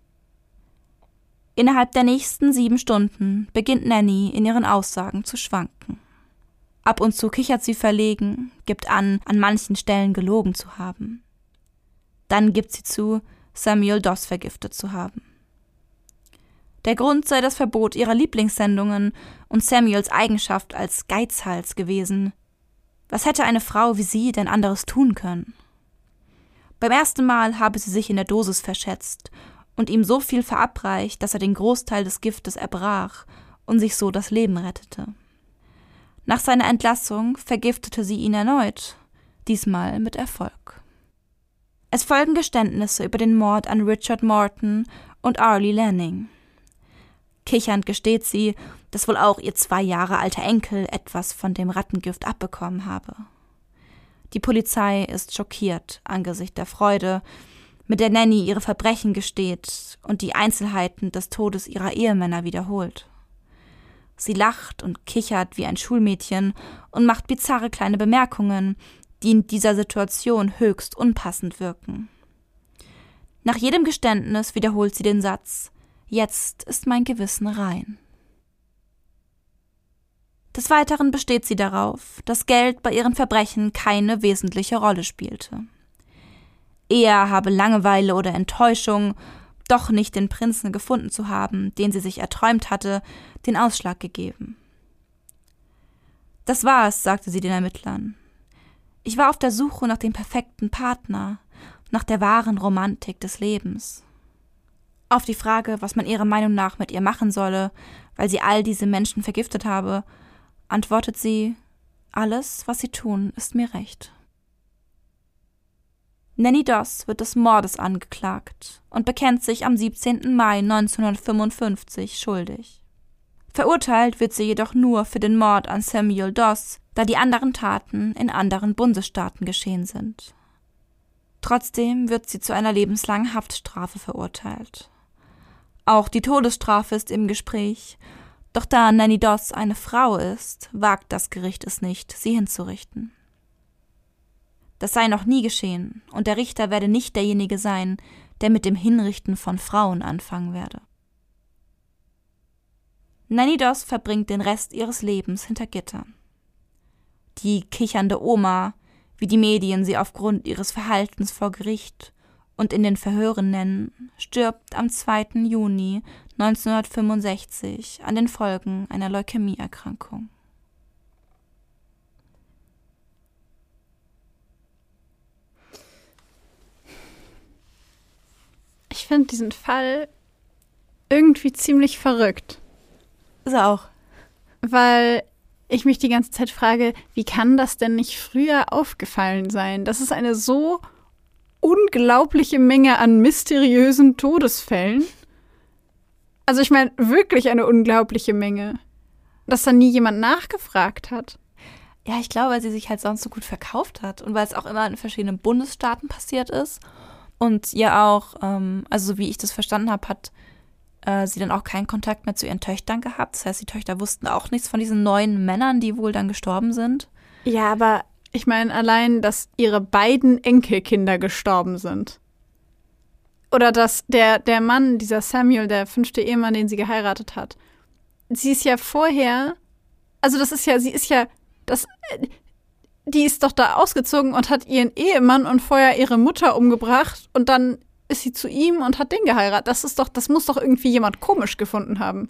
Innerhalb der nächsten sieben Stunden beginnt Nanny in ihren Aussagen zu schwanken. Ab und zu kichert sie verlegen, gibt an, an manchen Stellen gelogen zu haben. Dann gibt sie zu, Samuel Doss vergiftet zu haben. Der Grund sei das Verbot ihrer Lieblingssendungen und Samuels Eigenschaft als Geizhals gewesen. Was hätte eine Frau wie sie denn anderes tun können? Beim ersten Mal habe sie sich in der Dosis verschätzt und ihm so viel verabreicht, dass er den Großteil des Giftes erbrach und sich so das Leben rettete. Nach seiner Entlassung vergiftete sie ihn erneut, diesmal mit Erfolg. Es folgen Geständnisse über den Mord an Richard Morton und Arlie Lanning. Kichernd gesteht sie, dass wohl auch ihr zwei Jahre alter Enkel etwas von dem Rattengift abbekommen habe. Die Polizei ist schockiert angesichts der Freude, mit der Nanny ihre Verbrechen gesteht und die Einzelheiten des Todes ihrer Ehemänner wiederholt. Sie lacht und kichert wie ein Schulmädchen und macht bizarre kleine Bemerkungen, die in dieser Situation höchst unpassend wirken. Nach jedem Geständnis wiederholt sie den Satz: Jetzt ist mein Gewissen rein. Des Weiteren besteht sie darauf, dass Geld bei ihren Verbrechen keine wesentliche Rolle spielte. Eher habe Langeweile oder Enttäuschung, doch nicht den Prinzen gefunden zu haben, den sie sich erträumt hatte, den Ausschlag gegeben. Das war es, sagte sie den Ermittlern. Ich war auf der Suche nach dem perfekten Partner, nach der wahren Romantik des Lebens. Auf die Frage, was man ihrer Meinung nach mit ihr machen solle, weil sie all diese Menschen vergiftet habe, antwortet sie: Alles, was sie tun, ist mir recht. Nanny Doss wird des Mordes angeklagt und bekennt sich am siebzehnten Mai neunzehnhundertfünfundfünfzig schuldig. Verurteilt wird sie jedoch nur für den Mord an Samuel Doss, da die anderen Taten in anderen Bundesstaaten geschehen sind. Trotzdem wird sie zu einer lebenslangen Haftstrafe verurteilt. Auch die Todesstrafe ist im Gespräch, doch da Nanny Doss eine Frau ist, wagt das Gericht es nicht, sie hinzurichten. Das sei noch nie geschehen, und der Richter werde nicht derjenige sein, der mit dem Hinrichten von Frauen anfangen werde. Nanny Doss verbringt den Rest ihres Lebens hinter Gittern. Die kichernde Oma, wie die Medien sie aufgrund ihres Verhaltens vor Gericht und in den Verhören nennen, stirbt am zweiten Juni neunzehnhundertfünfundsechzig an den Folgen einer Leukämieerkrankung. Ich finde diesen Fall irgendwie ziemlich verrückt. Ist er auch. Weil ich mich die ganze Zeit frage, wie kann das denn nicht früher aufgefallen sein? Das ist eine so unglaubliche Menge an mysteriösen Todesfällen. Also ich meine, wirklich eine unglaubliche Menge. Dass da nie jemand nachgefragt hat. Ja, ich glaube, weil sie sich halt sonst so gut verkauft hat und weil es auch immer in verschiedenen Bundesstaaten passiert ist. Und ja auch, ähm, also so wie ich das verstanden habe, hat äh, sie dann auch keinen Kontakt mehr zu ihren Töchtern gehabt. Das heißt, die Töchter wussten auch nichts von diesen neuen Männern, die wohl dann gestorben sind. Ja, aber ich meine allein, dass ihre beiden Enkelkinder gestorben sind. Oder dass der, der Mann, dieser Samuel, der fünfte Ehemann, den sie geheiratet hat, sie ist ja vorher, also das ist ja, sie ist ja, das, die ist doch da ausgezogen und hat ihren Ehemann und vorher ihre Mutter umgebracht und dann ist sie zu ihm und hat den geheiratet. Das ist doch, das muss doch irgendwie jemand komisch gefunden haben.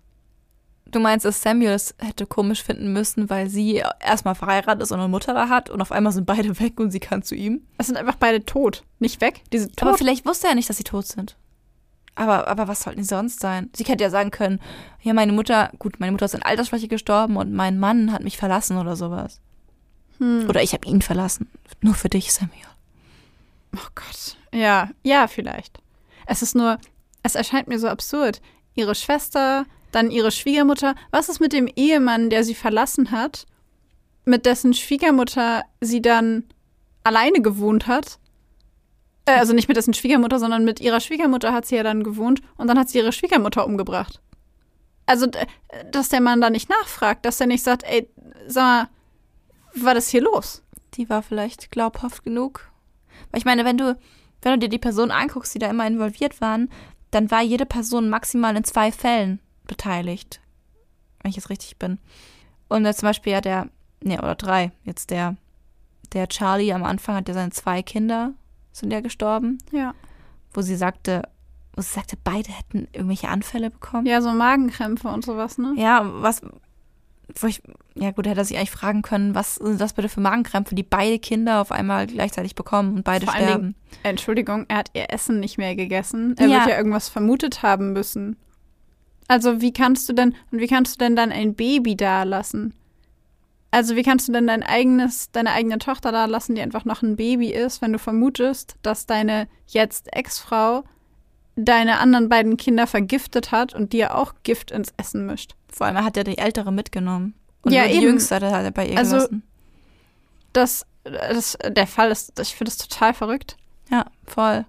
Du meinst, dass Samuel es hätte komisch finden müssen, weil sie erstmal verheiratet ist und eine Mutter da hat und auf einmal sind beide weg und sie kann zu ihm? Es sind einfach beide tot. Nicht weg, die sind tot. Aber vielleicht wusste er nicht, dass sie tot sind. Aber, aber was sollten die sonst sein? Sie hätte ja sagen können, ja, meine Mutter, gut, meine Mutter ist in Altersschwäche gestorben und mein Mann hat mich verlassen oder sowas. Hm. Oder ich habe ihn verlassen. Nur für dich, Samuel. Oh Gott. Ja, ja, vielleicht. Es ist nur, es erscheint mir so absurd. Ihre Schwester, dann ihre Schwiegermutter. Was ist mit dem Ehemann, der sie verlassen hat, mit dessen Schwiegermutter sie dann alleine gewohnt hat? Äh, also nicht mit dessen Schwiegermutter, sondern mit ihrer Schwiegermutter hat sie ja dann gewohnt und dann hat sie ihre Schwiegermutter umgebracht. Also, dass der Mann da nicht nachfragt, dass er nicht sagt, ey, sag mal, war das hier los? Die war vielleicht glaubhaft genug. Weil ich meine, wenn du, wenn du dir die Personen anguckst, die da immer involviert waren, dann war jede Person maximal in zwei Fällen beteiligt. Wenn ich jetzt richtig bin. Und jetzt zum Beispiel ja der, ne, oder drei, jetzt der, der Charlie am Anfang hat ja seine zwei Kinder, sind ja gestorben. Ja. Wo sie sagte, wo sie sagte, beide hätten irgendwelche Anfälle bekommen. Ja, so Magenkrämpfe und sowas, ne? Ja, was, wo ich, ja gut, hätte er sich eigentlich fragen können, was sind das bitte für Magenkrämpfe, die beide Kinder auf einmal gleichzeitig bekommen und beide Vor sterben. allen Dingen, Entschuldigung, er hat ihr Essen nicht mehr gegessen. Er Ja. wird ja irgendwas vermutet haben müssen. Also wie kannst du denn, und wie kannst du denn dann ein Baby da lassen? Also wie kannst du denn dein eigenes, deine eigene Tochter da lassen, die einfach noch ein Baby ist, wenn du vermutest, dass deine jetzt Ex-Frau deine anderen beiden Kinder vergiftet hat und dir auch Gift ins Essen mischt? Vor allem hat er die Ältere mitgenommen. Und Ja, nur die eben. Jüngste hat er bei ihr Also, gelassen. Das, das, der Fall ist, ich finde das total verrückt. Ja, voll.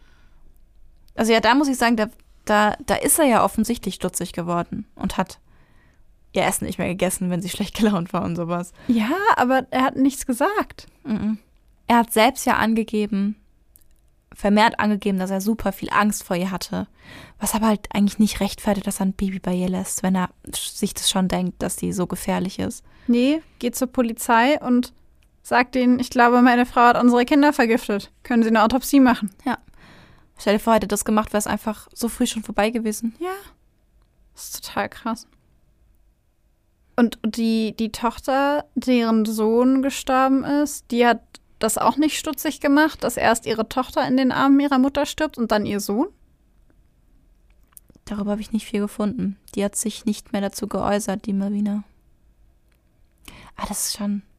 Also ja, da muss ich sagen, da, da, da ist er ja offensichtlich stutzig geworden und hat ihr Essen nicht mehr gegessen, wenn sie schlecht gelaunt war und sowas. Ja, aber er hat nichts gesagt. Mhm. Er hat selbst ja angegeben, vermehrt angegeben, dass er super viel Angst vor ihr hatte. Was aber halt eigentlich nicht rechtfertigt, dass er ein Baby bei ihr lässt, wenn er sich das schon denkt, dass die so gefährlich ist. Nee, geht zur Polizei und sagt ihnen, ich glaube, meine Frau hat unsere Kinder vergiftet. Können Sie eine Autopsie machen? Ja. Stell dir vor, hätte das gemacht, wäre es einfach so früh schon vorbei gewesen. Ja. Das ist total krass. Und die, die Tochter, deren Sohn gestorben ist, die hat das auch nicht stutzig gemacht, dass erst ihre Tochter in den Armen ihrer Mutter stirbt und dann ihr Sohn? Darüber habe ich nicht viel gefunden. Die hat sich nicht mehr dazu geäußert, die Marina. Ah, das ist schon...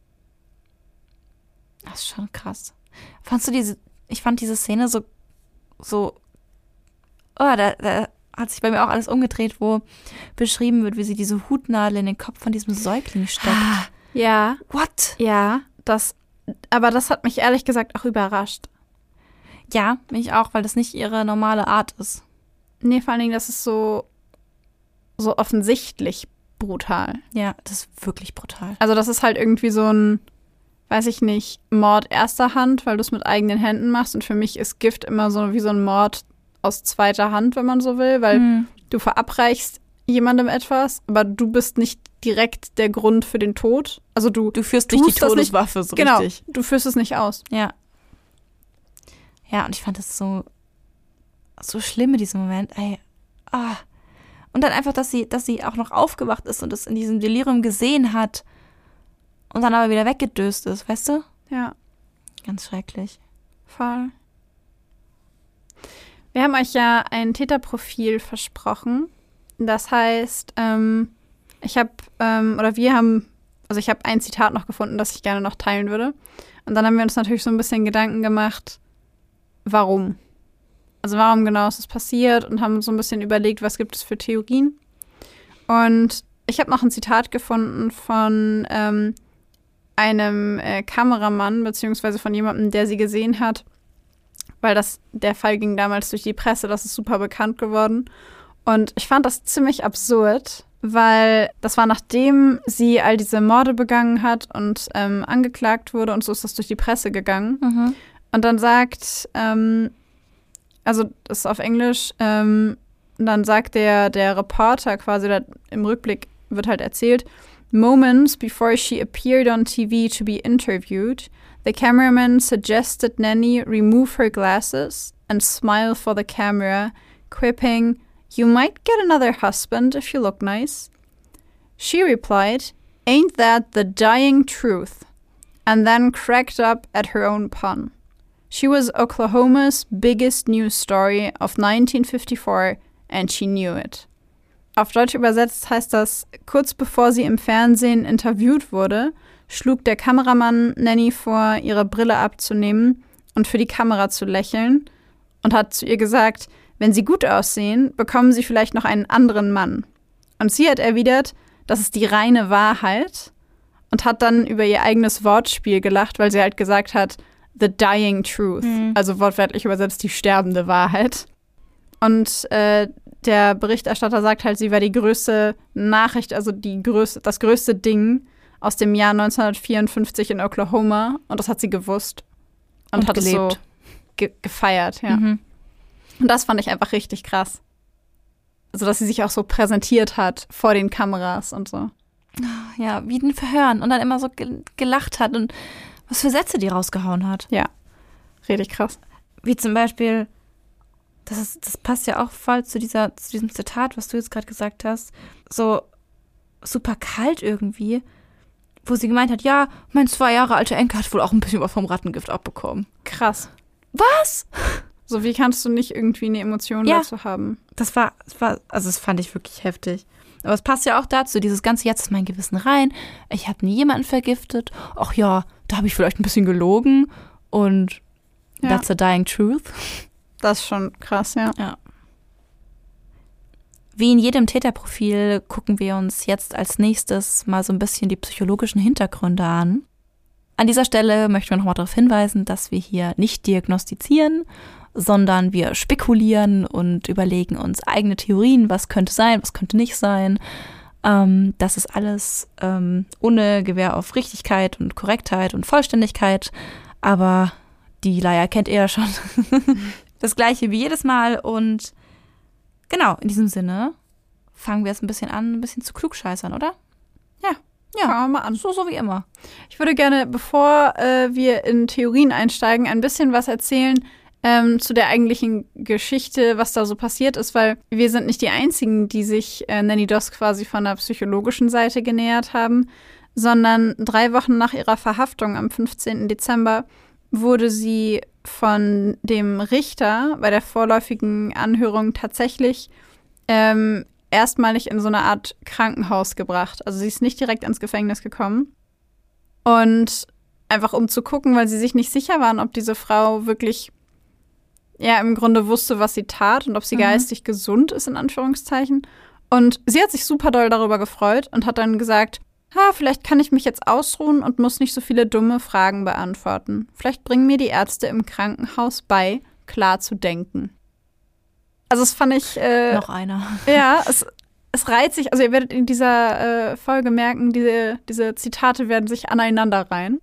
Das ist schon krass. Fandst du diese... Ich fand diese Szene so... so... Oh, da, da hat sich bei mir auch alles umgedreht, wo beschrieben wird, wie sie diese Hutnadel in den Kopf von diesem Säugling steckt. Ja. What? Ja, das... Aber das hat mich ehrlich gesagt auch überrascht. Ja, mich auch, weil das nicht ihre normale Art ist. Nee, vor allen Dingen, das ist so, so offensichtlich brutal. Ja, das ist wirklich brutal. Also das ist halt irgendwie so ein, weiß ich nicht, Mord erster Hand, weil du es mit eigenen Händen machst. Und für mich ist Gift immer so wie so ein Mord aus zweiter Hand, wenn man so will, weil hm. du verabreichst jemandem etwas, aber du bist nicht direkt der Grund für den Tod. Also du Du führst nicht die Todeswaffe nicht, so genau, richtig. Genau, du führst es nicht aus. Ja. Ja, und ich fand das so, so schlimm in diesem Moment. Ey, ah. Und dann einfach, dass sie, dass sie auch noch aufgewacht ist und es in diesem Delirium gesehen hat und dann aber wieder weggedöst ist, weißt du? Ja. Ganz schrecklich. Voll. Wir haben euch ja ein Täterprofil versprochen. Das heißt, ähm, ich habe, ähm, oder wir haben, also ich habe ein Zitat noch gefunden, das ich gerne noch teilen würde. Und dann haben wir uns natürlich so ein bisschen Gedanken gemacht, warum? Also warum genau ist das passiert und haben so ein bisschen überlegt, was gibt es für Theorien. Und ich habe noch ein Zitat gefunden von ähm, einem äh, Kameramann, beziehungsweise von jemandem, der sie gesehen hat, weil das, der Fall ging damals durch die Presse, das ist super bekannt geworden. Und ich fand das ziemlich absurd, weil das war, nachdem sie all diese Morde begangen hat und ähm, angeklagt wurde und so ist das durch die Presse gegangen. Mhm. Und dann sagt, ähm, also das ist auf Englisch, ähm, und dann sagt der, der Reporter quasi, da im Rückblick wird halt erzählt, moments before she appeared on T V to be interviewed, the cameraman suggested Nanny remove her glasses and smile for the camera, quipping, "You might get another husband if you look nice." She replied, "Ain't that the dying truth?" and then cracked up at her own pun. She was Oklahoma's biggest news story of nineteen fifty-four and she knew it. Auf Deutsch übersetzt heißt das, kurz bevor sie im Fernsehen interviewt wurde, schlug der Kameramann Nanny vor, ihre Brille abzunehmen und für die Kamera zu lächeln und hat zu ihr gesagt, wenn sie gut aussehen, bekommen sie vielleicht noch einen anderen Mann. Und sie hat erwidert, das ist die reine Wahrheit und hat dann über ihr eigenes Wortspiel gelacht, weil sie halt gesagt hat, the dying truth, mhm. also wortwörtlich übersetzt die sterbende Wahrheit. Und äh, der Berichterstatter sagt halt, sie war die größte Nachricht, also die größte, das größte Ding aus dem Jahr neunzehnhundertvierundfünfzig in Oklahoma. Und das hat sie gewusst. Und, und hat gelebt. Es so ge- gefeiert, ja. Mhm. Und das fand ich einfach richtig krass. Also, dass sie sich auch so präsentiert hat vor den Kameras und so. Ja, wie ein Verhören. Und dann immer so ge- gelacht hat und was für Sätze die rausgehauen hat. Ja, richtig krass. Wie zum Beispiel, das, ist, das passt ja auch voll zu, dieser, zu diesem Zitat, was du jetzt gerade gesagt hast. So super kalt irgendwie, wo sie gemeint hat, ja, mein zwei Jahre alter Enkel hat wohl auch ein bisschen was vom Rattengift abbekommen. Krass. Was? So, wie kannst du nicht irgendwie eine Emotion ja, dazu haben? Das war, das war, also das fand ich wirklich heftig. Aber es passt ja auch dazu, dieses ganze, jetzt ist mein Gewissen rein, ich habe nie jemanden vergiftet, ach ja, da habe ich vielleicht ein bisschen gelogen und ja. That's a dying truth. Das ist schon krass, ja. ja. Wie in jedem Täterprofil gucken wir uns jetzt als nächstes mal so ein bisschen die psychologischen Hintergründe an. An dieser Stelle möchten wir nochmal darauf hinweisen, dass wir hier nicht diagnostizieren, sondern wir spekulieren und überlegen uns eigene Theorien, was könnte sein, was könnte nicht sein. Ähm, das ist alles ähm, ohne Gewähr auf Richtigkeit und Korrektheit und Vollständigkeit, aber die Leier kennt ihr ja schon. Das gleiche wie jedes Mal. Und genau, in diesem Sinne fangen wir jetzt ein bisschen an, ein bisschen zu klugscheißern, oder? Ja, ja, fangen wir mal an. So, so wie immer. Ich würde gerne, bevor äh, wir in Theorien einsteigen, ein bisschen was erzählen ähm, zu der eigentlichen Geschichte, was da so passiert ist, weil wir sind nicht die Einzigen, die sich äh, Nanny Doss quasi von der psychologischen Seite genähert haben, sondern drei Wochen nach ihrer Verhaftung am fünfzehnten Dezember wurde sie von dem Richter bei der vorläufigen Anhörung tatsächlich ähm, erstmalig in so eine Art Krankenhaus gebracht. Also sie ist nicht direkt ins Gefängnis gekommen. Und einfach um zu gucken, weil sie sich nicht sicher waren, ob diese Frau wirklich ja im Grunde wusste, was sie tat und ob sie mhm. geistig gesund ist, in Anführungszeichen. Und sie hat sich super doll darüber gefreut und hat dann gesagt, ha, vielleicht kann ich mich jetzt ausruhen und muss nicht so viele dumme Fragen beantworten. Vielleicht bringen mir die Ärzte im Krankenhaus bei, klar zu denken. Also das fand ich äh, noch einer. Ja, es, es reiht sich, also ihr werdet in dieser äh, Folge merken, diese, diese Zitate werden sich aneinander reihen.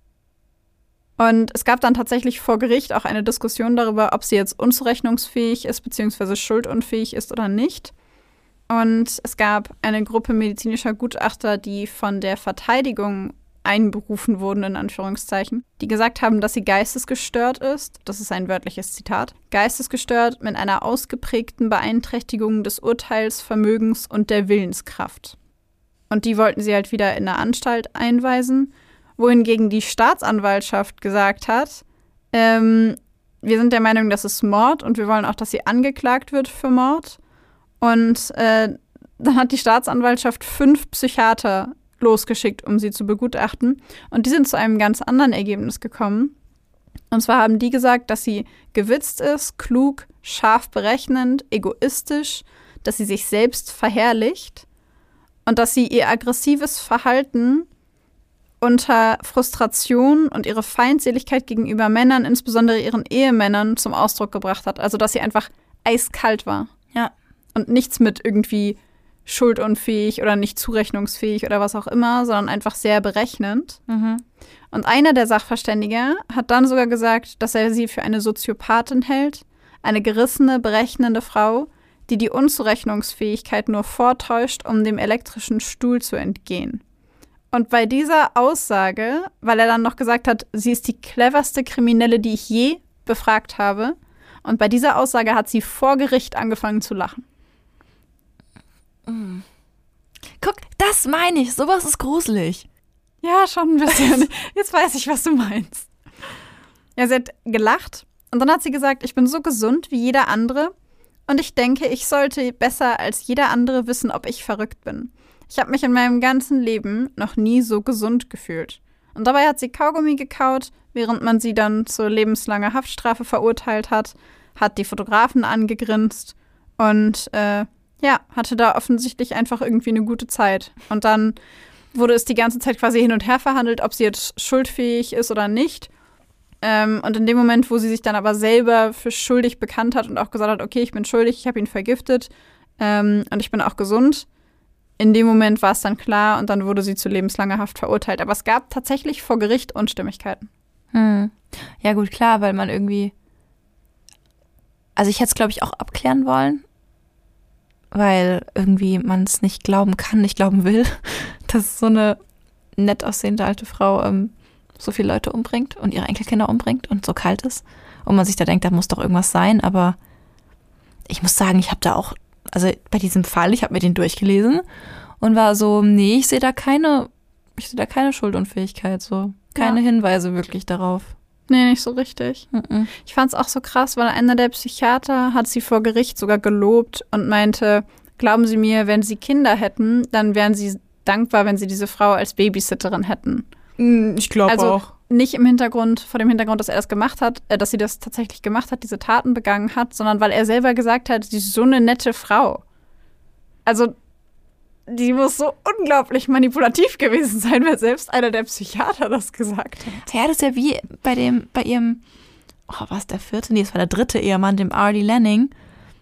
Und es gab dann tatsächlich vor Gericht auch eine Diskussion darüber, ob sie jetzt unzurechnungsfähig ist, beziehungsweise schuldunfähig ist oder nicht. Und es gab eine Gruppe medizinischer Gutachter, die von der Verteidigung einberufen wurden, in Anführungszeichen, die gesagt haben, dass sie geistesgestört ist. Das ist ein wörtliches Zitat. Geistesgestört mit einer ausgeprägten Beeinträchtigung des Urteilsvermögens und der Willenskraft. Und die wollten sie halt wieder in eine Anstalt einweisen, wohingegen die Staatsanwaltschaft gesagt hat, ähm, wir sind der Meinung, das ist Mord und wir wollen auch, dass sie angeklagt wird für Mord. Und äh, dann hat die Staatsanwaltschaft fünf Psychiater losgeschickt, um sie zu begutachten. Und die sind zu einem ganz anderen Ergebnis gekommen. Und zwar haben die gesagt, dass sie gewitzt ist, klug, scharf berechnend, egoistisch, dass sie sich selbst verherrlicht und dass sie ihr aggressives Verhalten unter Frustration und ihre Feindseligkeit gegenüber Männern, insbesondere ihren Ehemännern, zum Ausdruck gebracht hat. Also, dass sie einfach eiskalt war. Ja. Und nichts mit irgendwie schuldunfähig oder nicht zurechnungsfähig oder was auch immer, sondern einfach sehr berechnend. Mhm. Und einer der Sachverständige hat dann sogar gesagt, dass er sie für eine Soziopathin hält, eine gerissene, berechnende Frau, die die Unzurechnungsfähigkeit nur vortäuscht, um dem elektrischen Stuhl zu entgehen. Und bei dieser Aussage, weil er dann noch gesagt hat, sie ist die cleverste Kriminelle, die ich je befragt habe, und bei dieser Aussage hat sie vor Gericht angefangen zu lachen. Mm. Guck, das meine ich, sowas ist gruselig. Ja, schon ein bisschen. Jetzt weiß ich, was du meinst. Ja, sie hat gelacht und dann hat sie gesagt, ich bin so gesund wie jeder andere und ich denke, ich sollte besser als jeder andere wissen, ob ich verrückt bin. Ich habe mich in meinem ganzen Leben noch nie so gesund gefühlt. Und dabei hat sie Kaugummi gekaut, während man sie dann zur lebenslanger Haftstrafe verurteilt hat, hat die Fotografen angegrinst und äh, ja, hatte da offensichtlich einfach irgendwie eine gute Zeit. Und dann wurde es die ganze Zeit quasi hin und her verhandelt, ob sie jetzt schuldfähig ist oder nicht. Ähm, und in dem Moment, wo sie sich dann aber selber für schuldig bekannt hat und auch gesagt hat, okay, ich bin schuldig, ich habe ihn vergiftet ähm, und ich bin auch gesund, in dem Moment war es dann klar und dann wurde sie zu lebenslanger Haft verurteilt. Aber es gab tatsächlich vor Gericht Unstimmigkeiten. Hm. Ja gut, klar, weil man irgendwie, also ich hätte es, glaube ich, auch abklären wollen, weil irgendwie man es nicht glauben kann, nicht glauben will, dass so eine nett aussehende alte Frau ähm, so viele Leute umbringt und ihre Enkelkinder umbringt und so kalt ist. Und man sich da denkt, da muss doch irgendwas sein. Aber ich muss sagen, ich habe da auch, also bei diesem Fall, ich habe mir den durchgelesen und war so, nee, ich sehe da keine, ich sehe da keine Schuldunfähigkeit, so keine ja. Hinweise wirklich darauf. Nee, nicht so richtig. Mm-mm. Ich fand es auch so krass, weil einer der Psychiater hat sie vor Gericht sogar gelobt und meinte, glauben Sie mir, wenn Sie Kinder hätten, dann wären Sie dankbar, wenn Sie diese Frau als Babysitterin hätten. Ich glaube also, auch. Nicht im Hintergrund, vor dem Hintergrund, dass er das gemacht hat, äh, dass sie das tatsächlich gemacht hat, diese Taten begangen hat, sondern weil er selber gesagt hat, sie ist so eine nette Frau. Also, die muss so unglaublich manipulativ gewesen sein, weil selbst einer der Psychiater das gesagt hat. Ja, das ist ja wie bei dem, bei ihrem, oh, was der vierte? Nee, das war der dritte Ehemann, dem R D Lanning,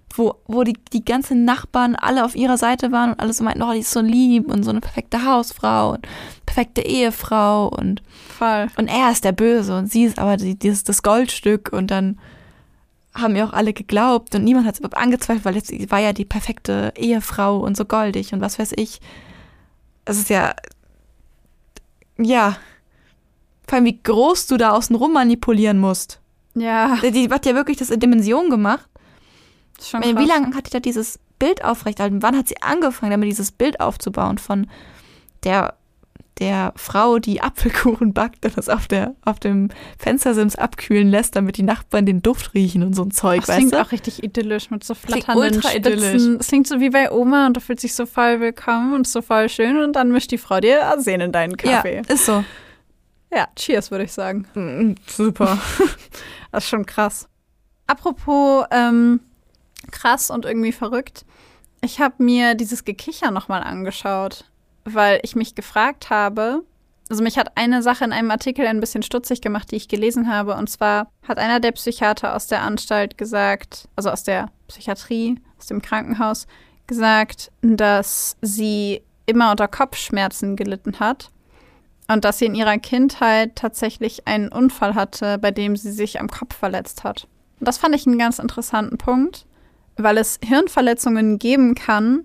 wo, wo die, die ganzen Nachbarn alle auf ihrer Seite waren und alles so meinten, oh, die ist so lieb und so eine perfekte Hausfrau und perfekte Ehefrau und, Voll. und er ist der Böse und sie ist aber die, die ist das Goldstück und dann haben mir auch alle geglaubt und niemand hat es überhaupt angezweifelt, weil jetzt war ja die perfekte Ehefrau und so goldig und was weiß ich. Es ist ja, ja, vor allem wie groß du da außenrum manipulieren musst. Ja. Die, die hat ja wirklich das in Dimensionen gemacht. Schon Wie krass. lange hat die da dieses Bild aufrechterhalten? Wann hat sie angefangen, damit dieses Bild aufzubauen von der, der Frau, die Apfelkuchen backt und das auf, der, auf dem Fenstersims abkühlen lässt, damit die Nachbarn den Duft riechen und so ein Zeug, Das weißt klingt du? auch richtig idyllisch mit so Klingt flatternden ultra idyllisch. Spitzen. Es klingt so wie bei Oma und du fühlst dich so voll willkommen und so voll schön und dann mischt die Frau dir Arsen in deinen Kaffee. Ja, ist so. Ja, cheers, würde ich sagen. Mm, super. Das ist schon krass. Apropos ähm, krass und irgendwie verrückt. Ich habe mir dieses Gekicher nochmal angeschaut, weil ich mich gefragt habe, also mich hat eine Sache in einem Artikel ein bisschen stutzig gemacht, die ich gelesen habe. Und zwar hat einer der Psychiater aus der Anstalt gesagt, also aus der Psychiatrie, aus dem Krankenhaus, gesagt, dass sie immer unter Kopfschmerzen gelitten hat. Und dass sie in ihrer Kindheit tatsächlich einen Unfall hatte, bei dem sie sich am Kopf verletzt hat. Und das fand ich einen ganz interessanten Punkt, weil es Hirnverletzungen geben kann,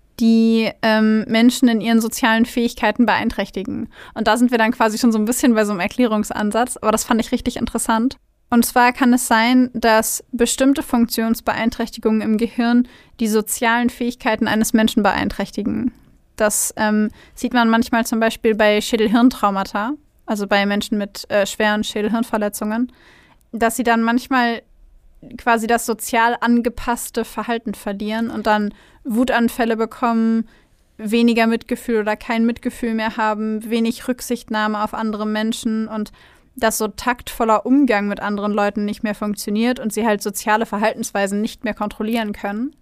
die ähm, Menschen in ihren sozialen Fähigkeiten beeinträchtigen. Und da sind wir dann quasi schon so ein bisschen bei so einem Erklärungsansatz, aber das fand ich richtig interessant. Und zwar kann es sein, dass bestimmte Funktionsbeeinträchtigungen im Gehirn die sozialen Fähigkeiten eines Menschen beeinträchtigen. Das ähm, sieht man manchmal zum Beispiel bei Schädelhirntraumata, also bei Menschen mit äh, schweren Schädelhirnverletzungen, dass sie dann manchmal quasi das sozial angepasste Verhalten verlieren und dann Wutanfälle bekommen, weniger Mitgefühl oder kein Mitgefühl mehr haben, wenig Rücksichtnahme auf andere Menschen und dass so taktvoller Umgang mit anderen Leuten nicht mehr funktioniert und sie halt soziale Verhaltensweisen nicht mehr kontrollieren können.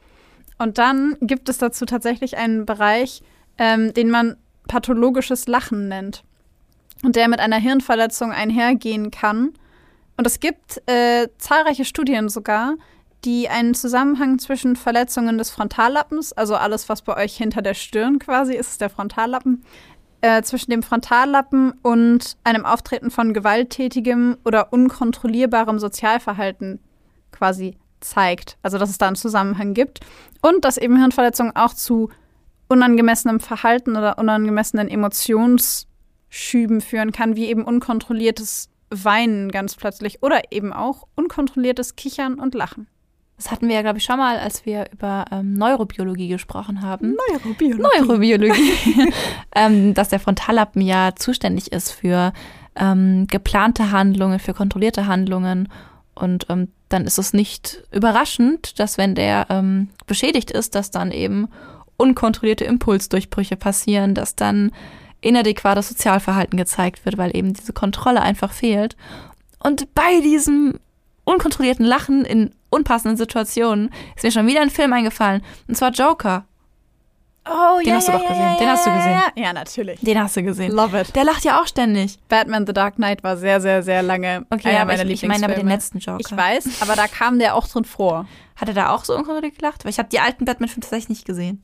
Und dann gibt es dazu tatsächlich einen Bereich, ähm, den man pathologisches Lachen nennt und der mit einer Hirnverletzung einhergehen kann. Und es gibt äh, zahlreiche Studien sogar, die einen Zusammenhang zwischen Verletzungen des Frontallappens, also alles, was bei euch hinter der Stirn quasi ist, ist der Frontallappen, äh, zwischen dem Frontallappen und einem Auftreten von gewalttätigem oder unkontrollierbarem Sozialverhalten quasi zeigt. Also, dass es da einen Zusammenhang gibt. Und dass eben Hirnverletzungen auch zu unangemessenem Verhalten oder unangemessenen Emotionsschüben führen kann, wie eben unkontrolliertes Weinen ganz plötzlich oder eben auch unkontrolliertes Kichern und Lachen. Das hatten wir ja, glaube ich, schon mal, als wir über ähm, Neurobiologie gesprochen haben. Neurobiologie. Neurobiologie. ähm, dass der Frontallappen ja zuständig ist für ähm, geplante Handlungen, für kontrollierte Handlungen. Und ähm, dann ist es nicht überraschend, dass wenn der ähm, beschädigt ist, dass dann eben unkontrollierte Impulsdurchbrüche passieren, dass dann inadäquates Sozialverhalten gezeigt wird, weil eben diese Kontrolle einfach fehlt. Und bei diesem unkontrollierten Lachen in unpassenden Situationen ist mir schon wieder ein Film eingefallen, und zwar Joker. Oh, Den ja, hast du ja, doch ja, gesehen. Ja, Den hast du ja, gesehen. Ja, ja, natürlich. Den hast du gesehen. Love it. Der lacht ja auch ständig. Batman The Dark Knight war sehr, sehr, sehr lange Okay, einer aber meiner ich, ich meine aber den letzten Joker. Ich weiß, aber da kam der auch drin vor. Hat er da auch so unkontrolliert gelacht? Weil ich habe die alten Batman-Filme tatsächlich nicht gesehen.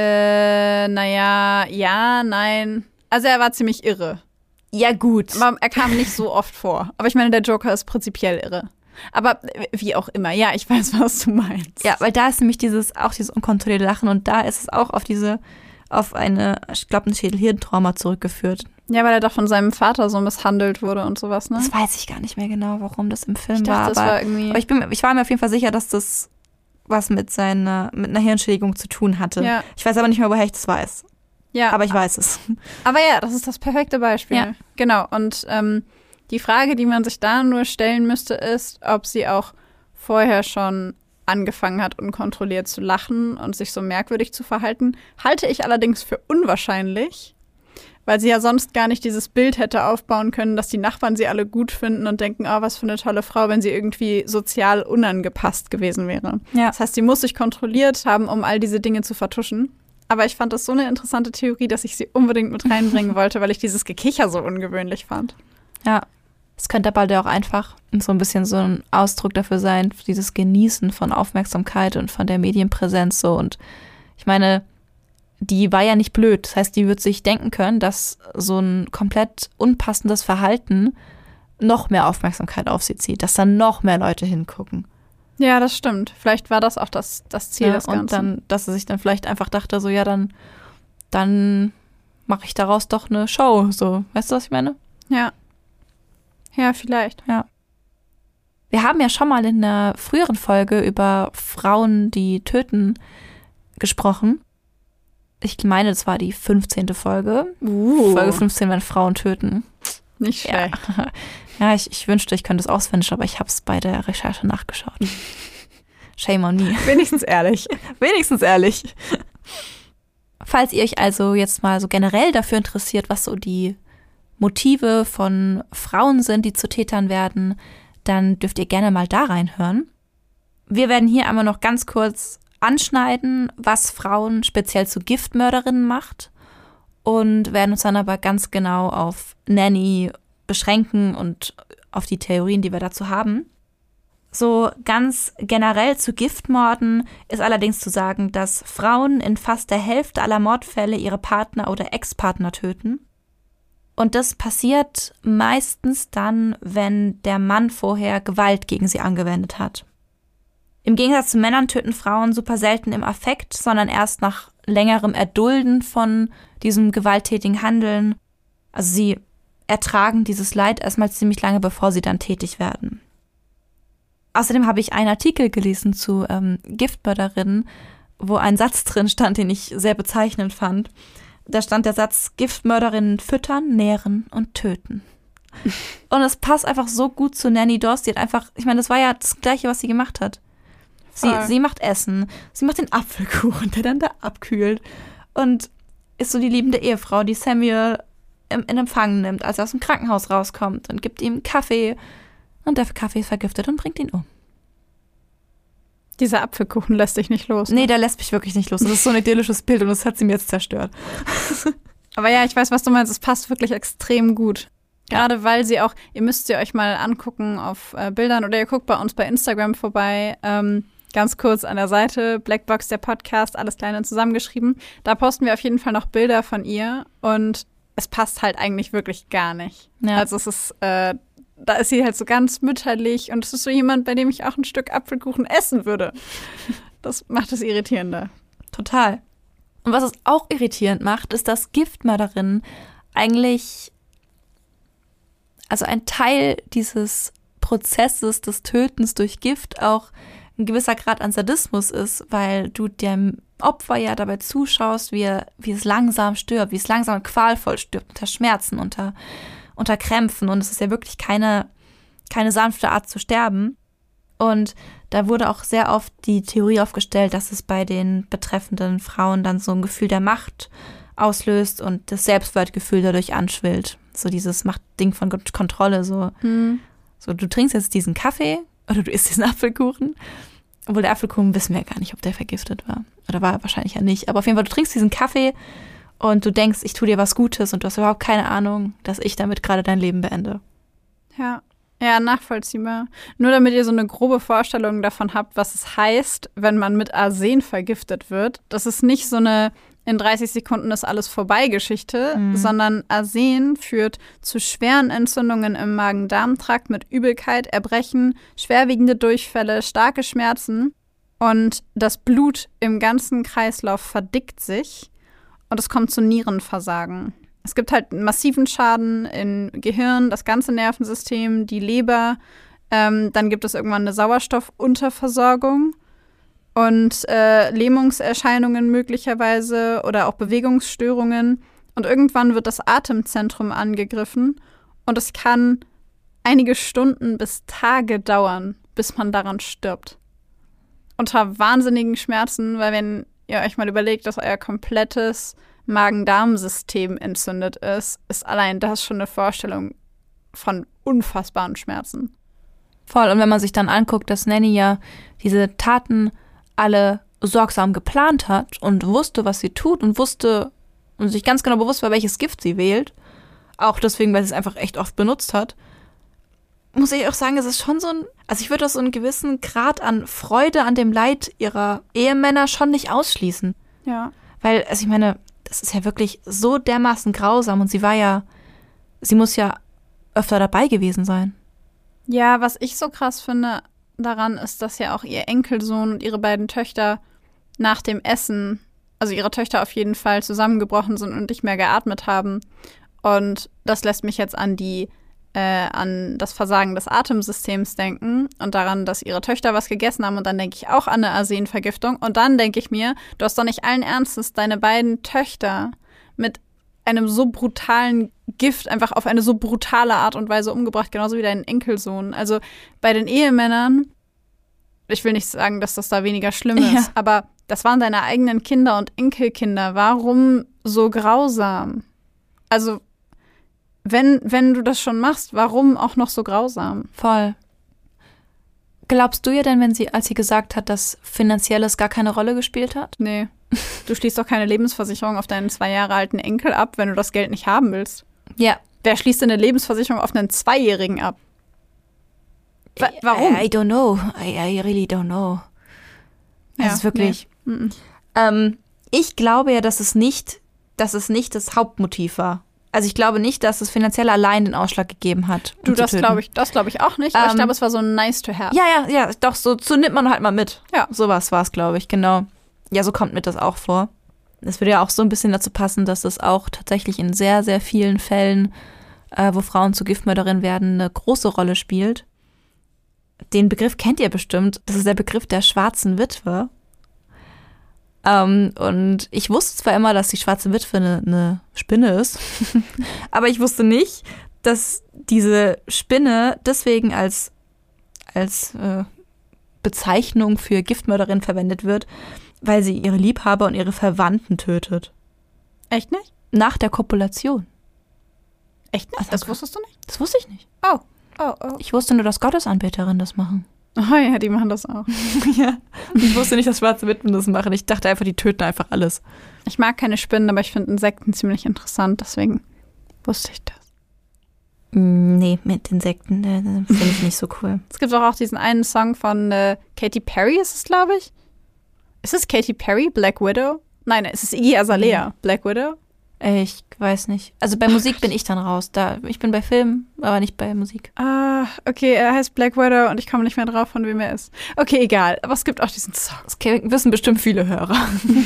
Äh, naja, ja, nein. Also er war ziemlich irre. Ja, gut. Aber er kam nicht so oft vor. Aber ich meine, der Joker ist prinzipiell irre. Aber wie auch immer, ja, ich weiß, was du meinst. Ja, weil da ist nämlich dieses, auch dieses unkontrollierte Lachen und da ist es auch auf diese, auf eine, ich glaube, ein Schädelhirntrauma zurückgeführt. Ja, weil er doch von seinem Vater so misshandelt wurde und sowas, ne? Das weiß ich gar nicht mehr genau, warum das im Film ich dachte, war. das aber, war irgendwie aber ich, bin, ich war mir auf jeden Fall sicher, dass das was mit seiner, mit einer Hirnschädigung zu tun hatte. Ja. Ich weiß aber nicht mehr, woher ich das weiß. Ja. Aber ich weiß es. Aber ja, das ist das perfekte Beispiel. Ja. Genau. Und ähm, die Frage, die man sich da nur stellen müsste, ist, ob sie auch vorher schon angefangen hat, unkontrolliert zu lachen und sich so merkwürdig zu verhalten. Halte ich allerdings für unwahrscheinlich, weil sie ja sonst gar nicht dieses Bild hätte aufbauen können, dass die Nachbarn sie alle gut finden und denken, oh, was für eine tolle Frau, wenn sie irgendwie sozial unangepasst gewesen wäre. Ja. Das heißt, sie muss sich kontrolliert haben, um all diese Dinge zu vertuschen. Aber ich fand das so eine interessante Theorie, dass ich sie unbedingt mit reinbringen wollte, weil ich dieses Gekicher so ungewöhnlich fand. Ja. Es könnte aber auch einfach so ein bisschen so ein Ausdruck dafür sein, dieses Genießen von Aufmerksamkeit und von der Medienpräsenz so. Und ich meine, die war ja nicht blöd. Das heißt, die wird sich denken können, dass so ein komplett unpassendes Verhalten noch mehr Aufmerksamkeit auf sie zieht, dass dann noch mehr Leute hingucken. Ja, das stimmt. Vielleicht war das auch das, das Ziel ja, des Ganzen. Und dann, dass sie sich dann vielleicht einfach dachte, so, ja, dann, dann mache ich daraus doch eine Show. So, weißt du, was ich meine? Ja. Ja, vielleicht. Ja. Wir haben ja schon mal in einer früheren Folge über Frauen, die töten, gesprochen. Ich meine, das war die fünfzehnte Folge. Uh. Folge fünfzehn, wenn Frauen töten. Nicht schlecht. Ja, ja ich, ich wünschte, ich könnte es auswendig, aber ich habe es bei der Recherche nachgeschaut. Shame on me. Wenigstens ehrlich. Wenigstens ehrlich. Falls ihr euch also jetzt mal so generell dafür interessiert, was so die Motive von Frauen sind, die zu Tätern werden, dann dürft ihr gerne mal da reinhören. Wir werden hier einmal noch ganz kurz anschneiden, was Frauen speziell zu Giftmörderinnen macht und werden uns dann aber ganz genau auf Nanny beschränken und auf die Theorien, die wir dazu haben. So ganz generell zu Giftmorden ist allerdings zu sagen, dass Frauen in fast der Hälfte aller Mordfälle ihre Partner oder Ex-Partner töten. Und das passiert meistens dann, wenn der Mann vorher Gewalt gegen sie angewendet hat. Im Gegensatz zu Männern töten Frauen super selten im Affekt, sondern erst nach längerem Erdulden von diesem gewalttätigen Handeln. Also sie ertragen dieses Leid erstmal ziemlich lange, bevor sie dann tätig werden. Außerdem habe ich einen Artikel gelesen zu ähm, Giftmörderinnen, wo ein Satz drin stand, den ich sehr bezeichnend fand. Da stand der Satz, Giftmörderinnen füttern, nähren und töten. Und es passt einfach so gut zu Nanny Doss. Die hat einfach, ich meine, das war ja das Gleiche, was sie gemacht hat. Sie, sie macht Essen, sie macht den Apfelkuchen, der dann da abkühlt. Und ist so die liebende Ehefrau, die Samuel im, in Empfang nimmt, als er aus dem Krankenhaus rauskommt und gibt ihm Kaffee. Und der Kaffee ist vergiftet und bringt ihn um. Dieser Apfelkuchen lässt dich nicht los. Ne? Nee, der lässt mich wirklich nicht los. Das ist so ein idyllisches Bild und das hat sie mir jetzt zerstört. Aber ja, ich weiß, was du meinst. Es passt wirklich extrem gut. Gerade ja. Weil sie auch, ihr müsst sie euch mal angucken auf äh, Bildern oder ihr guckt bei uns bei Instagram vorbei. Ähm, ganz kurz an der Seite, Blackbox, der Podcast, alles klein und zusammengeschrieben. Da posten wir auf jeden Fall noch Bilder von ihr und es passt halt eigentlich wirklich gar nicht. Ja. Also es ist, äh, da ist sie halt so ganz mütterlich und es ist so jemand, bei dem ich auch ein Stück Apfelkuchen essen würde. Das macht es irritierender. Total. Und was es auch irritierend macht, ist, dass Giftmörderinnen eigentlich, also ein Teil dieses Prozesses des Tötens durch Gift auch ein gewisser Grad an Sadismus ist, weil du dem Opfer ja dabei zuschaust, wie, er, wie es langsam stirbt, wie es langsam qualvoll stirbt, unter Schmerzen, unter, unter Krämpfen. Und es ist ja wirklich keine, keine sanfte Art zu sterben. Und da wurde auch sehr oft die Theorie aufgestellt, dass es bei den betreffenden Frauen dann so ein Gefühl der Macht auslöst und das Selbstwertgefühl dadurch anschwillt. So dieses Machtding von Kontrolle. So, hm. so du trinkst jetzt diesen Kaffee oder du isst diesen Apfelkuchen. Obwohl der Apfelkuchen wissen wir ja gar nicht, ob der vergiftet war. Oder war er wahrscheinlich ja nicht. Aber auf jeden Fall, du trinkst diesen Kaffee und du denkst, ich tue dir was Gutes und du hast überhaupt keine Ahnung, dass ich damit gerade dein Leben beende. Ja, ja, nachvollziehbar. Nur damit ihr so eine grobe Vorstellung davon habt, was es heißt, wenn man mit Arsen vergiftet wird. Das ist nicht so eine in dreißig Sekunden ist alles vorbei Geschichte, mhm. sondern Arsen führt zu schweren Entzündungen im Magen-Darm-Trakt mit Übelkeit, Erbrechen, schwerwiegende Durchfälle, starke Schmerzen und das Blut im ganzen Kreislauf verdickt sich und es kommt zu Nierenversagen. Es gibt halt einen massiven Schaden im Gehirn, das ganze Nervensystem, die Leber. Ähm, dann gibt es irgendwann eine Sauerstoffunterversorgung und äh, Lähmungserscheinungen möglicherweise oder auch Bewegungsstörungen. Und irgendwann wird das Atemzentrum angegriffen und es kann einige Stunden bis Tage dauern, bis man daran stirbt. Unter wahnsinnigen Schmerzen, weil wenn ihr euch mal überlegt, dass euer komplettes Magen-Darm-System entzündet ist, ist allein das schon eine Vorstellung von unfassbaren Schmerzen. Voll. Und wenn man sich dann anguckt, dass Nanny ja diese Taten alle sorgsam geplant hat und wusste, was sie tut und wusste und sich ganz genau bewusst war, welches Gift sie wählt, auch deswegen, weil sie es einfach echt oft benutzt hat, muss ich auch sagen, es ist schon so ein, also ich würde auch so einen gewissen Grad an Freude an dem Leid ihrer Ehemänner schon nicht ausschließen. Ja. Weil, also ich meine, das ist ja wirklich so dermaßen grausam und sie war ja, sie muss ja öfter dabei gewesen sein. Ja, was ich so krass finde daran ist, dass ja auch ihr Enkelsohn und ihre beiden Töchter nach dem Essen, also ihre Töchter auf jeden Fall zusammengebrochen sind und nicht mehr geatmet haben. Und das lässt mich jetzt an die äh, an das Versagen des Atemsystems denken und daran, dass ihre Töchter was gegessen haben. Und dann denke ich auch an eine Arsenvergiftung. Und dann denke ich mir, du hast doch nicht allen Ernstes deine beiden Töchter mit einem so brutalen Gift einfach auf eine so brutale Art und Weise umgebracht, genauso wie deinen Enkelsohn. Also bei den Ehemännern, ich will nicht sagen, dass das da weniger schlimm ist, ja. aber das waren deine eigenen Kinder und Enkelkinder. Warum so grausam? Also wenn, wenn du das schon machst, warum auch noch so grausam? Voll. Glaubst du ihr denn, wenn sie, als sie gesagt hat, dass Finanzielles gar keine Rolle gespielt hat? Nee. Du schließt doch keine Lebensversicherung auf deinen zwei Jahre alten Enkel ab, wenn du das Geld nicht haben willst. Ja. Wer schließt denn eine Lebensversicherung auf einen Zweijährigen ab? Wa- warum? I, I don't know. I, I really don't know. Das Ja, ist wirklich. nee. Ähm, ich glaube ja, dass es nicht, dass es nicht das Hauptmotiv war. Also ich glaube nicht, dass es finanziell allein den Ausschlag gegeben hat. Du, um zu das töten. glaube ich, das glaube ich auch nicht. Aber Ähm, ich glaube, es war so nice to have. Ja, ja, ja, doch, so, so nimmt man halt mal mit. Ja. Sowas war es, glaube ich, genau. Ja, so kommt mir das auch vor. Es würde ja auch so ein bisschen dazu passen, dass es auch tatsächlich in sehr, sehr vielen Fällen, äh, wo Frauen zu Giftmörderinnen werden, eine große Rolle spielt. Den Begriff kennt ihr bestimmt. Das ist der Begriff der schwarzen Witwe. Ähm, und ich wusste zwar immer, dass die schwarze Witwe eine, eine Spinne ist, aber ich wusste nicht, dass diese Spinne deswegen als, als äh, Bezeichnung für Giftmörderin verwendet wird, weil sie ihre Liebhaber und ihre Verwandten tötet. Echt nicht? Nach der Kopulation. Echt nicht? Also, Das wusstest du nicht? Das wusste ich nicht. Oh, oh, oh. Ich wusste nur, dass Gottesanbeterinnen das machen. Oh ja, die machen das auch. Ja. Ich wusste nicht, dass schwarze Witwen das machen. Ich dachte einfach, die töten einfach alles. Ich mag keine Spinnen, aber ich finde Insekten ziemlich interessant, deswegen wusste ich das. Nee, mit Insekten äh, finde ich nicht so cool. Es gibt auch, auch diesen einen Song von äh, Katy Perry, ist es, glaube ich. Ist es Katy Perry, Black Widow? Nein, es ist Iggy Azalea, Black Widow. Ich weiß nicht. Also bei Musik bin ich dann raus. Da, ich bin bei Film, aber nicht bei Musik. Ah, okay, er heißt Black Widow und ich komme nicht mehr drauf, von wem er ist. Okay, egal, aber es gibt auch diesen Song. Das wissen bestimmt viele Hörer.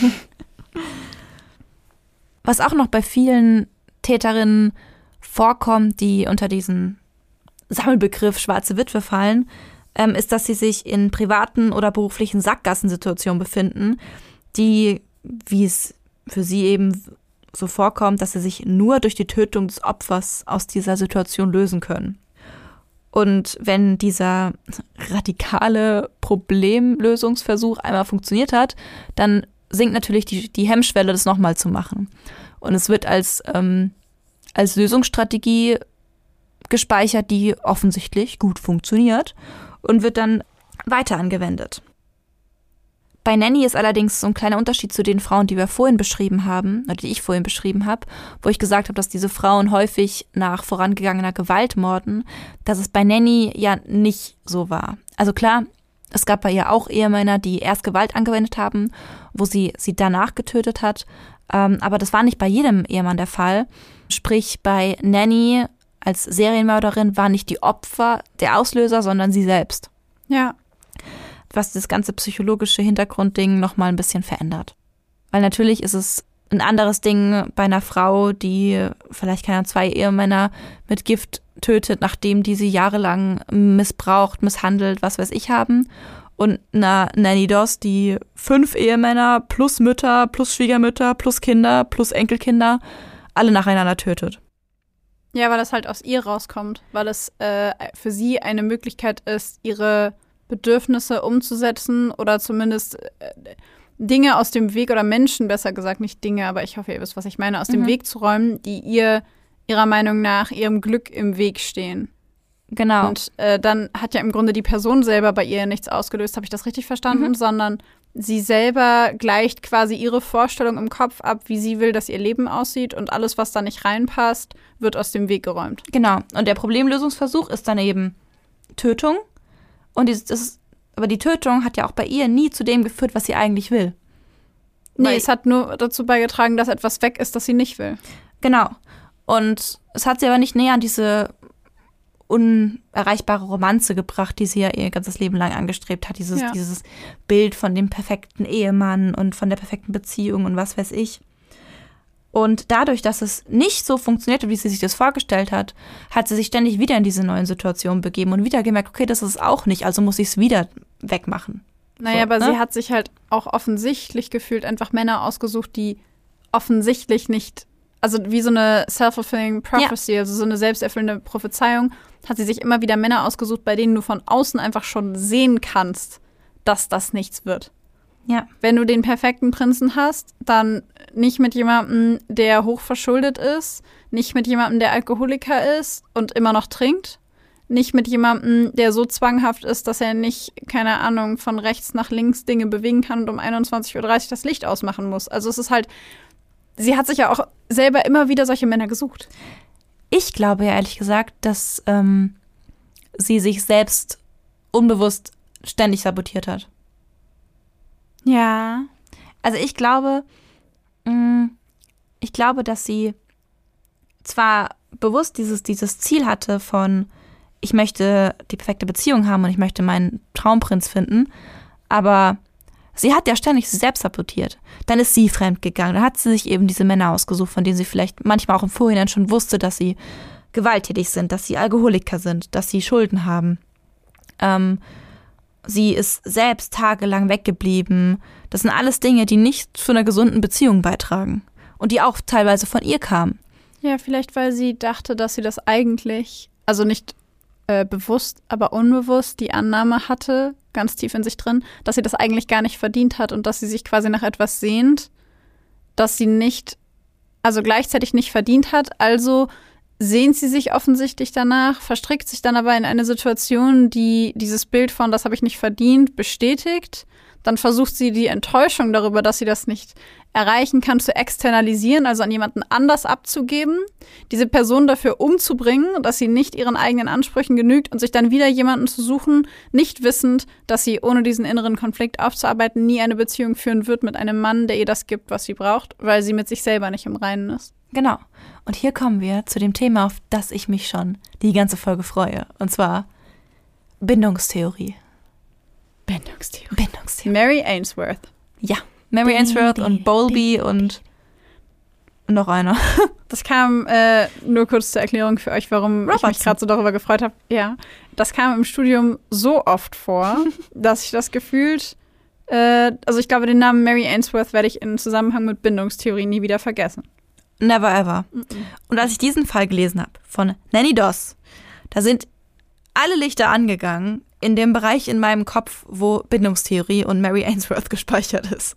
Was auch noch bei vielen Täterinnen vorkommt, die unter diesen Sammelbegriff schwarze Witwe fallen, ähm, ist, dass sie sich in privaten oder beruflichen Sackgassensituationen befinden, die, wie es für sie eben so vorkommt, dass sie sich nur durch die Tötung des Opfers aus dieser Situation lösen können. Und wenn dieser radikale Problemlösungsversuch einmal funktioniert hat, dann sinkt natürlich die, die Hemmschwelle, das nochmal zu machen. Und es wird als, ähm, als Lösungsstrategie gespeichert, die offensichtlich gut funktioniert und wird dann weiter angewendet. Bei Nanny ist allerdings so ein kleiner Unterschied zu den Frauen, die wir vorhin beschrieben haben, oder die ich vorhin beschrieben habe, wo ich gesagt habe, dass diese Frauen häufig nach vorangegangener Gewalt morden, dass es bei Nanny ja nicht so war. Also klar, es gab bei ihr auch Ehemänner, die erst Gewalt angewendet haben, wo sie sie danach getötet hat, ähm, aber das war nicht bei jedem Ehemann der Fall. Sprich, bei Nanny als Serienmörderin war nicht die Opfer der Auslöser, sondern sie selbst. Ja. Was das ganze psychologische Hintergrundding nochmal ein bisschen verändert. Weil natürlich ist es ein anderes Ding bei einer Frau, die vielleicht keine zwei Ehemänner mit Gift tötet, nachdem die sie jahrelang missbraucht, misshandelt, was weiß ich haben. Und einer Nanny Doss, die fünf Ehemänner plus Mütter, plus Schwiegermütter, plus Kinder, plus Enkelkinder alle nacheinander tötet. Ja, weil das halt aus ihr rauskommt. Weil es äh, für sie eine Möglichkeit ist, ihre Bedürfnisse umzusetzen oder zumindest äh, Dinge aus dem Weg oder Menschen, besser gesagt, nicht Dinge, aber ich hoffe, ihr wisst, was ich meine, aus dem Mhm. Weg zu räumen, die ihr, ihrer Meinung nach, ihrem Glück im Weg stehen. Genau. Und äh, dann hat ja im Grunde die Person selber bei ihr nichts ausgelöst, habe ich das richtig verstanden? Mhm. Sondern sie selber gleicht quasi ihre Vorstellung im Kopf ab, wie sie will, dass ihr Leben aussieht und alles, was da nicht reinpasst, wird aus dem Weg geräumt. Genau. Und der Problemlösungsversuch ist dann eben Tötung. Und dieses, das ist, aber die Tötung hat ja auch bei ihr nie zu dem geführt, was sie eigentlich will. Nee, Weil, es hat nur dazu beigetragen, dass etwas weg ist, das sie nicht will. Genau. Und es hat sie aber nicht näher an diese unerreichbare Romanze gebracht, die sie ja ihr ganzes Leben lang angestrebt hat. Dieses, Ja. dieses Bild von dem perfekten Ehemann und von der perfekten Beziehung und was weiß ich. Und dadurch, dass es nicht so funktionierte, wie sie sich das vorgestellt hat, hat sie sich ständig wieder in diese neuen Situationen begeben und wieder gemerkt, okay, das ist es auch nicht, also muss ich es wieder wegmachen. Naja, So, aber ne? sie hat sich halt auch offensichtlich gefühlt einfach Männer ausgesucht, die offensichtlich nicht, also wie so eine self-fulfilling prophecy, ja. also so eine selbsterfüllende Prophezeiung, hat sie sich immer wieder Männer ausgesucht, bei denen du von außen einfach schon sehen kannst, dass das nichts wird. Ja. Wenn du den perfekten Prinzen hast, dann nicht mit jemandem, der hochverschuldet ist, nicht mit jemandem, der Alkoholiker ist und immer noch trinkt, nicht mit jemandem, der so zwanghaft ist, dass er nicht, keine Ahnung, von rechts nach links Dinge bewegen kann und um einundzwanzig Uhr dreißig das Licht ausmachen muss. Also es ist halt, sie hat sich ja auch selber immer wieder solche Männer gesucht. Ich glaube ja ehrlich gesagt, dass ähm, sie sich selbst unbewusst ständig sabotiert hat. Ja. Also ich glaube, mh, ich glaube, dass sie zwar bewusst dieses, dieses Ziel hatte von, ich möchte die perfekte Beziehung haben und ich möchte meinen Traumprinz finden, aber sie hat ja ständig sich selbst sabotiert. Dann ist sie fremdgegangen, dann hat sie sich eben diese Männer ausgesucht, von denen sie vielleicht manchmal auch im Vorhinein schon wusste, dass sie gewalttätig sind, dass sie Alkoholiker sind, dass sie Schulden haben. Ähm, sie ist selbst tagelang weggeblieben. Das sind alles Dinge, die nicht zu einer gesunden Beziehung beitragen und die auch teilweise von ihr kamen. Ja, vielleicht, weil sie dachte, dass sie das eigentlich, also nicht äh, bewusst, aber unbewusst die Annahme hatte, ganz tief in sich drin, dass sie das eigentlich gar nicht verdient hat und dass sie sich quasi nach etwas sehnt, das sie nicht, also gleichzeitig nicht verdient hat. Also sehnt sie sich offensichtlich danach, verstrickt sich dann aber in eine Situation, die dieses Bild von, das habe ich nicht verdient, bestätigt. Dann versucht sie die Enttäuschung darüber, dass sie das nicht erreichen kann, zu externalisieren, also an jemanden anders abzugeben, diese Person dafür umzubringen, dass sie nicht ihren eigenen Ansprüchen genügt und sich dann wieder jemanden zu suchen, nicht wissend, dass sie ohne diesen inneren Konflikt aufzuarbeiten nie eine Beziehung führen wird mit einem Mann, der ihr das gibt, was sie braucht, weil sie mit sich selber nicht im Reinen ist. Genau. Und hier kommen wir zu dem Thema, auf das ich mich schon die ganze Folge freue. Und zwar Bindungstheorie. Bindungstheorie. Bindungstheorie. Mary Ainsworth. Ja, Mary Ainsworth und Bowlby und noch einer. Das kam, äh, nur kurz zur Erklärung für euch, warum Robertson. ich mich gerade so darüber gefreut habe. Ja, das kam im Studium so oft vor, dass ich das gefühlt, äh, also ich glaube, den Namen Mary Ainsworth werde ich in Zusammenhang mit Bindungstheorie nie wieder vergessen. Never ever. Mhm. Und als ich diesen Fall gelesen habe von Nanny Doss, da sind alle Lichter angegangen in dem Bereich in meinem Kopf, wo Bindungstheorie und Mary Ainsworth gespeichert ist.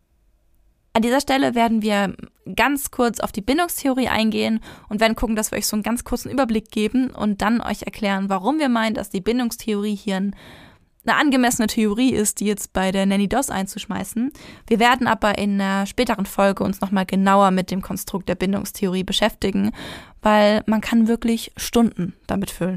An dieser Stelle werden wir ganz kurz auf die Bindungstheorie eingehen und werden gucken, dass wir euch so einen ganz kurzen Überblick geben und dann euch erklären, warum wir meinen, dass die Bindungstheorie hier ein, eine angemessene Theorie ist, die jetzt bei der Nanny Doss einzuschmeißen. Wir werden aber in einer späteren Folge uns nochmal genauer mit dem Konstrukt der Bindungstheorie beschäftigen, weil man kann wirklich Stunden damit füllen.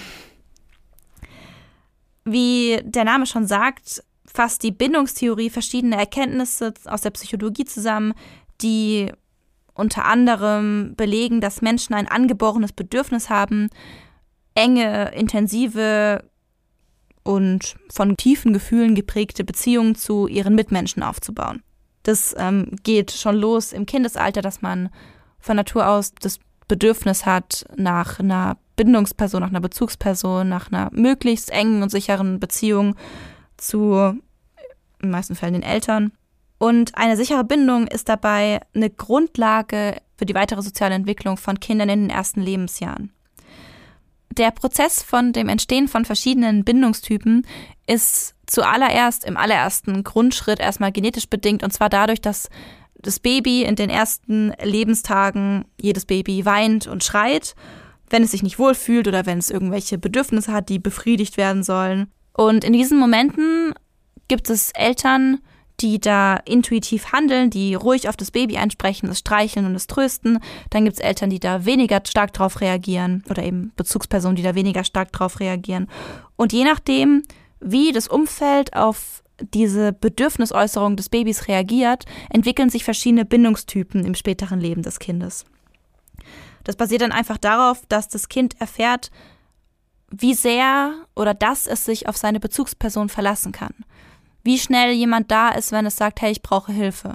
Wie der Name schon sagt, fasst die Bindungstheorie verschiedene Erkenntnisse aus der Psychologie zusammen, die unter anderem belegen, dass Menschen ein angeborenes Bedürfnis haben, enge, intensive und von tiefen Gefühlen geprägte Beziehungen zu ihren Mitmenschen aufzubauen. Das ähm, geht schon los im Kindesalter, dass man von Natur aus das Bedürfnis hat nach einer Bindungsperson, nach einer Bezugsperson, nach einer möglichst engen und sicheren Beziehung zu, in den meisten Fällen, den Eltern. Und eine sichere Bindung ist dabei eine Grundlage für die weitere soziale Entwicklung von Kindern in den ersten Lebensjahren. Der Prozess von dem Entstehen von verschiedenen Bindungstypen ist zuallererst im allerersten Grundschritt erstmal genetisch bedingt, und zwar dadurch, dass das Baby in den ersten Lebenstagen, jedes Baby weint und schreit, wenn es sich nicht wohlfühlt oder wenn es irgendwelche Bedürfnisse hat, die befriedigt werden sollen. Und in diesen Momenten gibt es Eltern, die da intuitiv handeln, die ruhig auf das Baby einsprechen, es streicheln und es trösten. Dann gibt es Eltern, die da weniger stark drauf reagieren oder eben Bezugspersonen, die da weniger stark drauf reagieren. Und je nachdem, wie das Umfeld auf diese Bedürfnisäußerung des Babys reagiert, entwickeln sich verschiedene Bindungstypen im späteren Leben des Kindes. Das basiert dann einfach darauf, dass das Kind erfährt, wie sehr oder dass es sich auf seine Bezugsperson verlassen kann. Wie schnell jemand da ist, wenn es sagt, hey, ich brauche Hilfe.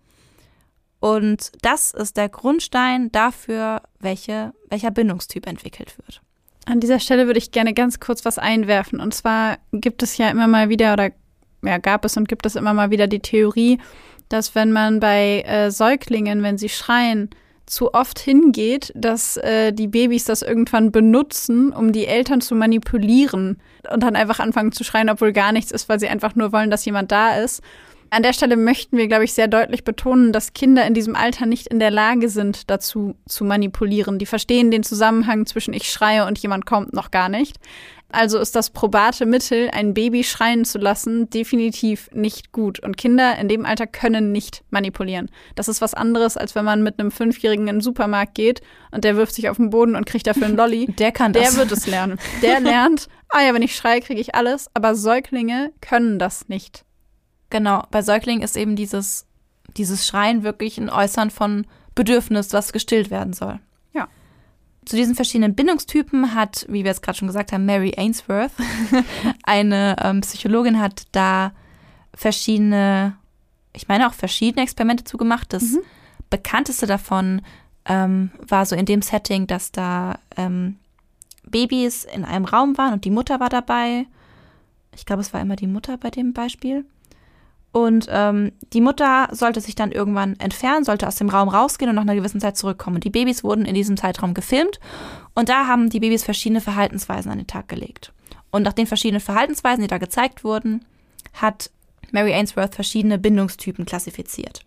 Und das ist der Grundstein dafür, welche, welcher Bindungstyp entwickelt wird. An dieser Stelle würde ich gerne ganz kurz was einwerfen. Und zwar gibt es ja immer mal wieder, oder ja, gab es und gibt es immer mal wieder die Theorie, dass wenn man bei äh, Säuglingen, wenn sie schreien, zu oft hingeht, dass äh, die Babys das irgendwann benutzen, um die Eltern zu manipulieren und dann einfach anfangen zu schreien, obwohl gar nichts ist, weil sie einfach nur wollen, dass jemand da ist. An der Stelle möchten wir, glaube ich, sehr deutlich betonen, dass Kinder in diesem Alter nicht in der Lage sind, dazu zu manipulieren. Die verstehen den Zusammenhang zwischen ich schreie und jemand kommt noch gar nicht. Also ist das probate Mittel, ein Baby schreien zu lassen, definitiv nicht gut. Und Kinder in dem Alter können nicht manipulieren. Das ist was anderes, als wenn man mit einem Fünfjährigen in den Supermarkt geht und der wirft sich auf den Boden und kriegt dafür einen Lolli. Der kann das. Der wird es lernen. Der lernt, ah ja, wenn ich schreie, kriege ich alles. Aber Säuglinge können das nicht. Genau, bei Säuglingen ist eben dieses, dieses Schreien wirklich ein Äußern von Bedürfnis, was gestillt werden soll. Ja. Zu diesen verschiedenen Bindungstypen hat, wie wir es gerade schon gesagt haben, Mary Ainsworth, eine ähm, Psychologin, hat da verschiedene, ich meine auch verschiedene Experimente zugemacht. Das mhm. bekannteste davon ähm, war so in dem Setting, dass da ähm, Babys in einem Raum waren und die Mutter war dabei. Ich glaube, es war immer die Mutter bei dem Beispiel. Und ähm, die Mutter sollte sich dann irgendwann entfernen, sollte aus dem Raum rausgehen und nach einer gewissen Zeit zurückkommen. Und die Babys wurden in diesem Zeitraum gefilmt und da haben die Babys verschiedene Verhaltensweisen an den Tag gelegt. Und nach den verschiedenen Verhaltensweisen, die da gezeigt wurden, hat Mary Ainsworth verschiedene Bindungstypen klassifiziert.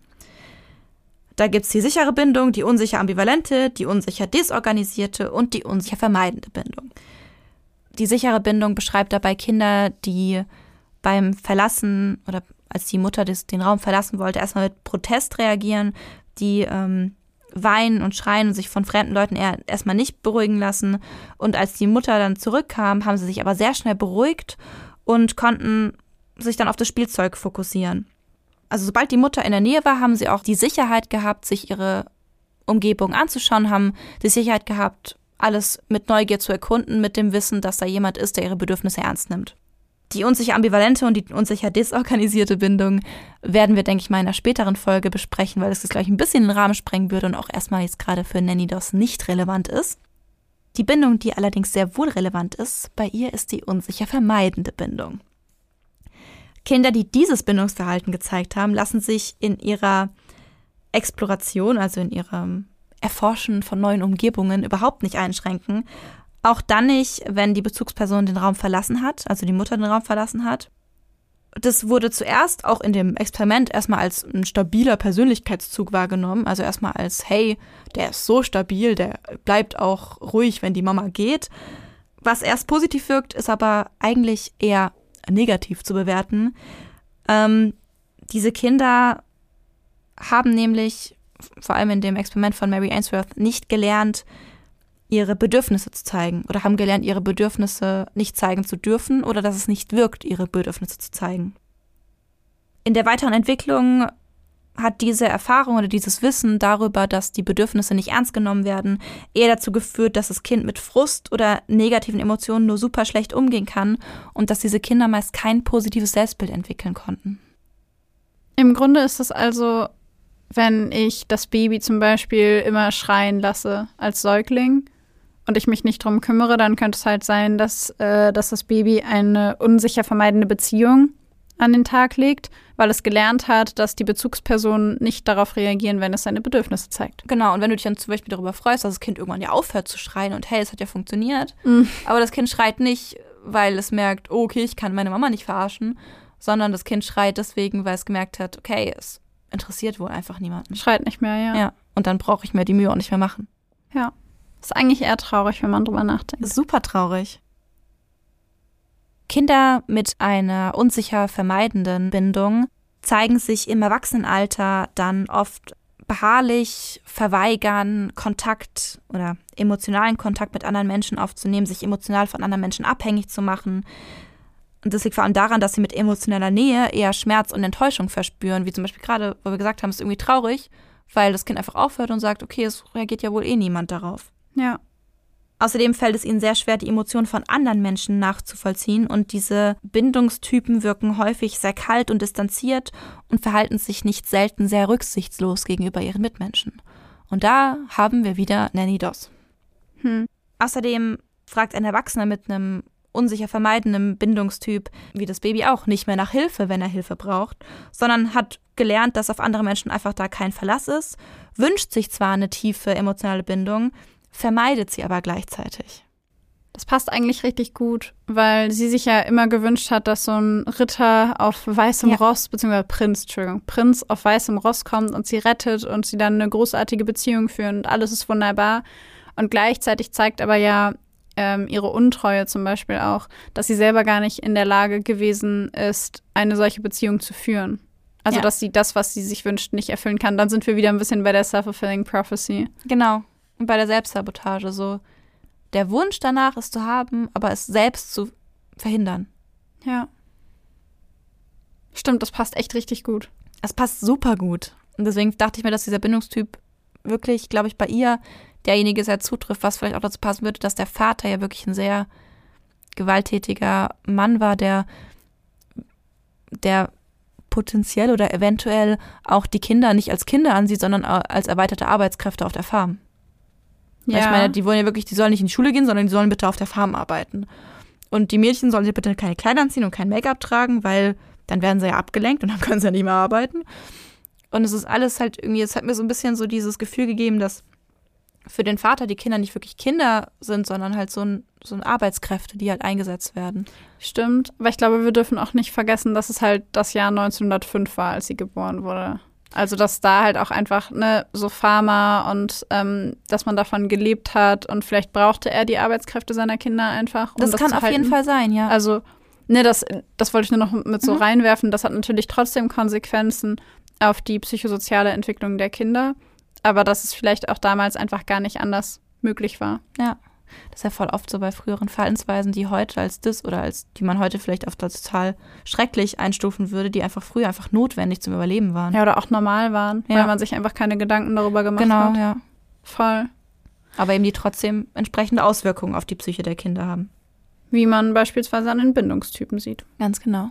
Da gibt es die sichere Bindung, die unsicher ambivalente, die unsicher desorganisierte und die unsicher vermeidende Bindung. Die sichere Bindung beschreibt dabei Kinder, die beim Verlassen oder als die Mutter des, den Raum verlassen wollte, erstmal mit Protest reagieren, die ähm, weinen und schreien und sich von fremden Leuten eher erstmal nicht beruhigen lassen. Und als die Mutter dann zurückkam, haben sie sich aber sehr schnell beruhigt und konnten sich dann auf das Spielzeug fokussieren. Also sobald die Mutter in der Nähe war, haben sie auch die Sicherheit gehabt, sich ihre Umgebung anzuschauen, haben die Sicherheit gehabt, alles mit Neugier zu erkunden, mit dem Wissen, dass da jemand ist, der ihre Bedürfnisse ernst nimmt. Die unsicher ambivalente und die unsicher desorganisierte Bindung werden wir, denke ich mal, in einer späteren Folge besprechen, weil das gleich ein bisschen den Rahmen sprengen würde und auch erstmal jetzt gerade für Nanny DOS nicht relevant ist. Die Bindung, die allerdings sehr wohl relevant ist, bei ihr ist die unsicher vermeidende Bindung. Kinder, die dieses Bindungsverhalten gezeigt haben, lassen sich in ihrer Exploration, also in ihrem Erforschen von neuen Umgebungen überhaupt nicht einschränken. Auch dann nicht, wenn die Bezugsperson den Raum verlassen hat, also die Mutter den Raum verlassen hat. Das wurde zuerst auch in dem Experiment erstmal als ein stabiler Persönlichkeitszug wahrgenommen. Also erstmal als, hey, der ist so stabil, der bleibt auch ruhig, wenn die Mama geht. Was erst positiv wirkt, ist aber eigentlich eher negativ zu bewerten. Ähm, diese Kinder haben nämlich, vor allem in dem Experiment von Mary Ainsworth, nicht gelernt, ihre Bedürfnisse zu zeigen oder haben gelernt, ihre Bedürfnisse nicht zeigen zu dürfen oder dass es nicht wirkt, ihre Bedürfnisse zu zeigen. In der weiteren Entwicklung hat diese Erfahrung oder dieses Wissen darüber, dass die Bedürfnisse nicht ernst genommen werden, eher dazu geführt, dass das Kind mit Frust oder negativen Emotionen nur super schlecht umgehen kann und dass diese Kinder meist kein positives Selbstbild entwickeln konnten. Im Grunde ist es also, wenn ich das Baby zum Beispiel immer schreien lasse als Säugling, und ich mich nicht drum kümmere, dann könnte es halt sein, dass, äh, dass das Baby eine unsicher vermeidende Beziehung an den Tag legt, weil es gelernt hat, dass die Bezugspersonen nicht darauf reagieren, wenn es seine Bedürfnisse zeigt. Genau, und wenn du dich dann zum Beispiel darüber freust, dass das Kind irgendwann ja aufhört zu schreien und hey, es hat ja funktioniert, mhm. aber das Kind schreit nicht, weil es merkt, oh, okay, ich kann meine Mama nicht verarschen, sondern das Kind schreit deswegen, weil es gemerkt hat, okay, es interessiert wohl einfach niemanden. Schreit nicht mehr, ja. Ja, und dann brauche ich mir die Mühe auch nicht mehr machen. Ja. Ist eigentlich eher traurig, wenn man drüber nachdenkt. Super traurig. Kinder mit einer unsicher vermeidenden Bindung zeigen sich im Erwachsenenalter dann oft beharrlich, verweigern, Kontakt oder emotionalen Kontakt mit anderen Menschen aufzunehmen, sich emotional von anderen Menschen abhängig zu machen. Und das liegt vor allem daran, dass sie mit emotionaler Nähe eher Schmerz und Enttäuschung verspüren, wie zum Beispiel gerade, wo wir gesagt haben, es ist irgendwie traurig, weil das Kind einfach aufhört und sagt, okay, es reagiert ja wohl eh niemand darauf. Ja. Außerdem fällt es ihnen sehr schwer, die Emotionen von anderen Menschen nachzuvollziehen und diese Bindungstypen wirken häufig sehr kalt und distanziert und verhalten sich nicht selten sehr rücksichtslos gegenüber ihren Mitmenschen. Und da haben wir wieder Nanny Doss. Hm. Außerdem fragt ein Erwachsener mit einem unsicher vermeidenden Bindungstyp, wie das Baby auch, nicht mehr nach Hilfe, wenn er Hilfe braucht, sondern hat gelernt, dass auf andere Menschen einfach da kein Verlass ist, wünscht sich zwar eine tiefe emotionale Bindung, vermeidet sie aber gleichzeitig. Das passt eigentlich richtig gut, weil sie sich ja immer gewünscht hat, dass so ein Ritter auf weißem Ja. Ross, beziehungsweise Prinz, Entschuldigung, Prinz auf weißem Ross kommt und sie rettet und sie dann eine großartige Beziehung führen und alles ist wunderbar. Und gleichzeitig zeigt aber ja ähm, ihre Untreue zum Beispiel auch, dass sie selber gar nicht in der Lage gewesen ist, eine solche Beziehung zu führen. Also, Ja. dass sie das, was sie sich wünscht, nicht erfüllen kann. Dann sind wir wieder ein bisschen bei der Self-Fulfilling Prophecy. Genau. Und bei der Selbstsabotage so. Der Wunsch danach, es zu haben, aber es selbst zu verhindern. Ja. Stimmt, das passt echt richtig gut. Es passt super gut. Und deswegen dachte ich mir, dass dieser Bindungstyp wirklich, glaube ich, bei ihr derjenige sehr zutrifft, was vielleicht auch dazu passen würde, dass der Vater ja wirklich ein sehr gewalttätiger Mann war, der, der potenziell oder eventuell auch die Kinder nicht als Kinder ansieht, sondern als erweiterte Arbeitskräfte auf der Farm. Weil ich meine, die wollen ja wirklich, die sollen nicht in die Schule gehen, sondern die sollen bitte auf der Farm arbeiten. Und die Mädchen sollen sich bitte keine Kleider anziehen und kein Make-up tragen, weil dann werden sie ja abgelenkt und dann können sie ja nicht mehr arbeiten. Und es ist alles halt irgendwie, es hat mir so ein bisschen so dieses Gefühl gegeben, dass für den Vater die Kinder nicht wirklich Kinder sind, sondern halt so ein, so ein Arbeitskräfte, die halt eingesetzt werden. Stimmt, aber ich glaube, wir dürfen auch nicht vergessen, dass es halt das Jahr neunzehnhundertfünf war, als sie geboren wurde. Also, dass da halt auch einfach, ne, so Farmer und ähm, dass man davon gelebt hat und vielleicht brauchte er die Arbeitskräfte seiner Kinder einfach. Um Das, das kann zu auf halten. jeden Fall sein, ja. Also, ne, das, das wollte ich nur noch mit so Mhm. reinwerfen. Das hat natürlich trotzdem Konsequenzen auf die psychosoziale Entwicklung der Kinder, aber dass es vielleicht auch damals einfach gar nicht anders möglich war. Ja, das ist ja voll oft so bei früheren Verhaltensweisen, die heute als das oder als die man heute vielleicht auf das total schrecklich einstufen würde, die einfach früher einfach notwendig zum Überleben waren. Ja, oder auch normal waren, Ja. weil man sich einfach keine Gedanken darüber gemacht Genau, hat. ja. Voll. Aber eben die trotzdem entsprechende Auswirkungen auf die Psyche der Kinder haben. Wie man beispielsweise an den Bindungstypen sieht. Ganz genau.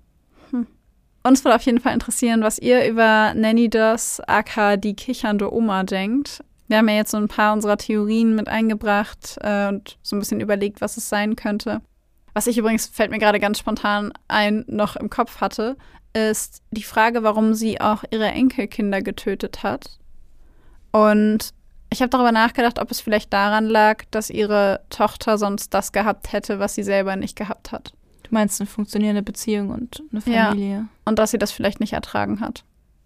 Uns würde auf jeden Fall interessieren, was ihr über Nanny Doss, aka die kichernde Oma, denkt. Wir haben ja jetzt so ein paar unserer Theorien mit eingebracht äh, und so ein bisschen überlegt, was es sein könnte. Was ich übrigens, fällt mir gerade ganz spontan ein, noch im Kopf hatte, ist die Frage, warum sie auch ihre Enkelkinder getötet hat. Und ich habe darüber nachgedacht, ob es vielleicht daran lag, dass ihre Tochter sonst das gehabt hätte, was sie selber nicht gehabt hat. Du meinst eine funktionierende Beziehung und eine Ja. Familie. Und dass sie das vielleicht nicht ertragen hat.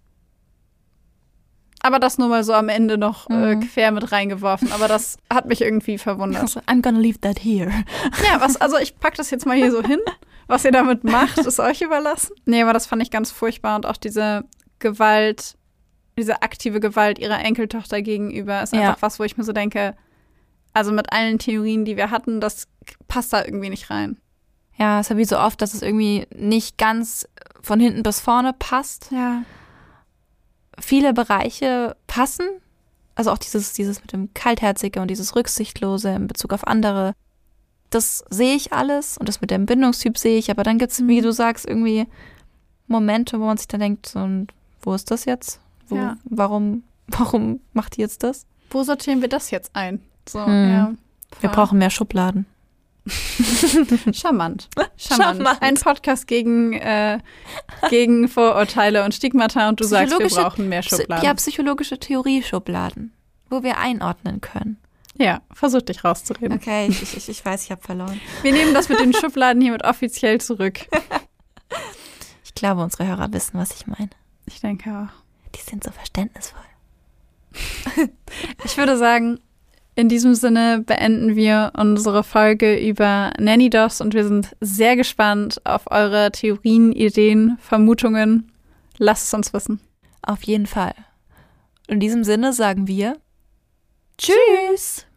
Aber das nur mal so am Ende noch äh, Mhm. quer mit reingeworfen. Aber das hat mich irgendwie verwundert. Also, I'm gonna leave that here. Ja, was, also ich pack das jetzt mal hier so hin. Was ihr damit macht, ist euch überlassen. Nee, aber das fand ich ganz furchtbar. Und auch diese Gewalt, diese aktive Gewalt ihrer Enkeltochter gegenüber ist Ja. einfach was, wo ich mir so denke, also mit allen Theorien, die wir hatten, das passt da irgendwie nicht rein. Ja, es ist ja wie so oft, dass es irgendwie nicht ganz von hinten bis vorne passt. Ja. Viele Bereiche passen. Also auch dieses, dieses mit dem Kaltherzige und dieses Rücksichtlose in Bezug auf andere. Das sehe ich alles und das mit dem Bindungstyp sehe ich. Aber dann gibt es, wie du sagst, irgendwie Momente, wo man sich dann denkt, so, und wo ist das jetzt? Wo, Ja. warum, warum macht die jetzt das? Wo sortieren wir das jetzt ein? So, Hm. ja. Wir Voll. brauchen mehr Schubladen. Charmant. Charmant. Charmant. Ein Podcast gegen, äh, gegen Vorurteile und Stigmata und du sagst, wir Psychologische- brauchen mehr Schubladen. Ja, psychologische Theorie-Schubladen, wo wir einordnen können. Ja, versuch dich rauszureden. Okay, ich, ich, ich weiß, ich habe verloren. Wir nehmen das mit den Schubladen hiermit offiziell zurück. Ich glaube, unsere Hörer wissen, was ich meine. Ich denke auch. Die sind so verständnisvoll. Ich würde sagen, in diesem Sinne beenden wir unsere Folge über Nanny Doss und wir sind sehr gespannt auf eure Theorien, Ideen, Vermutungen. Lasst es uns wissen. Auf jeden Fall. In diesem Sinne sagen wir Tschüss!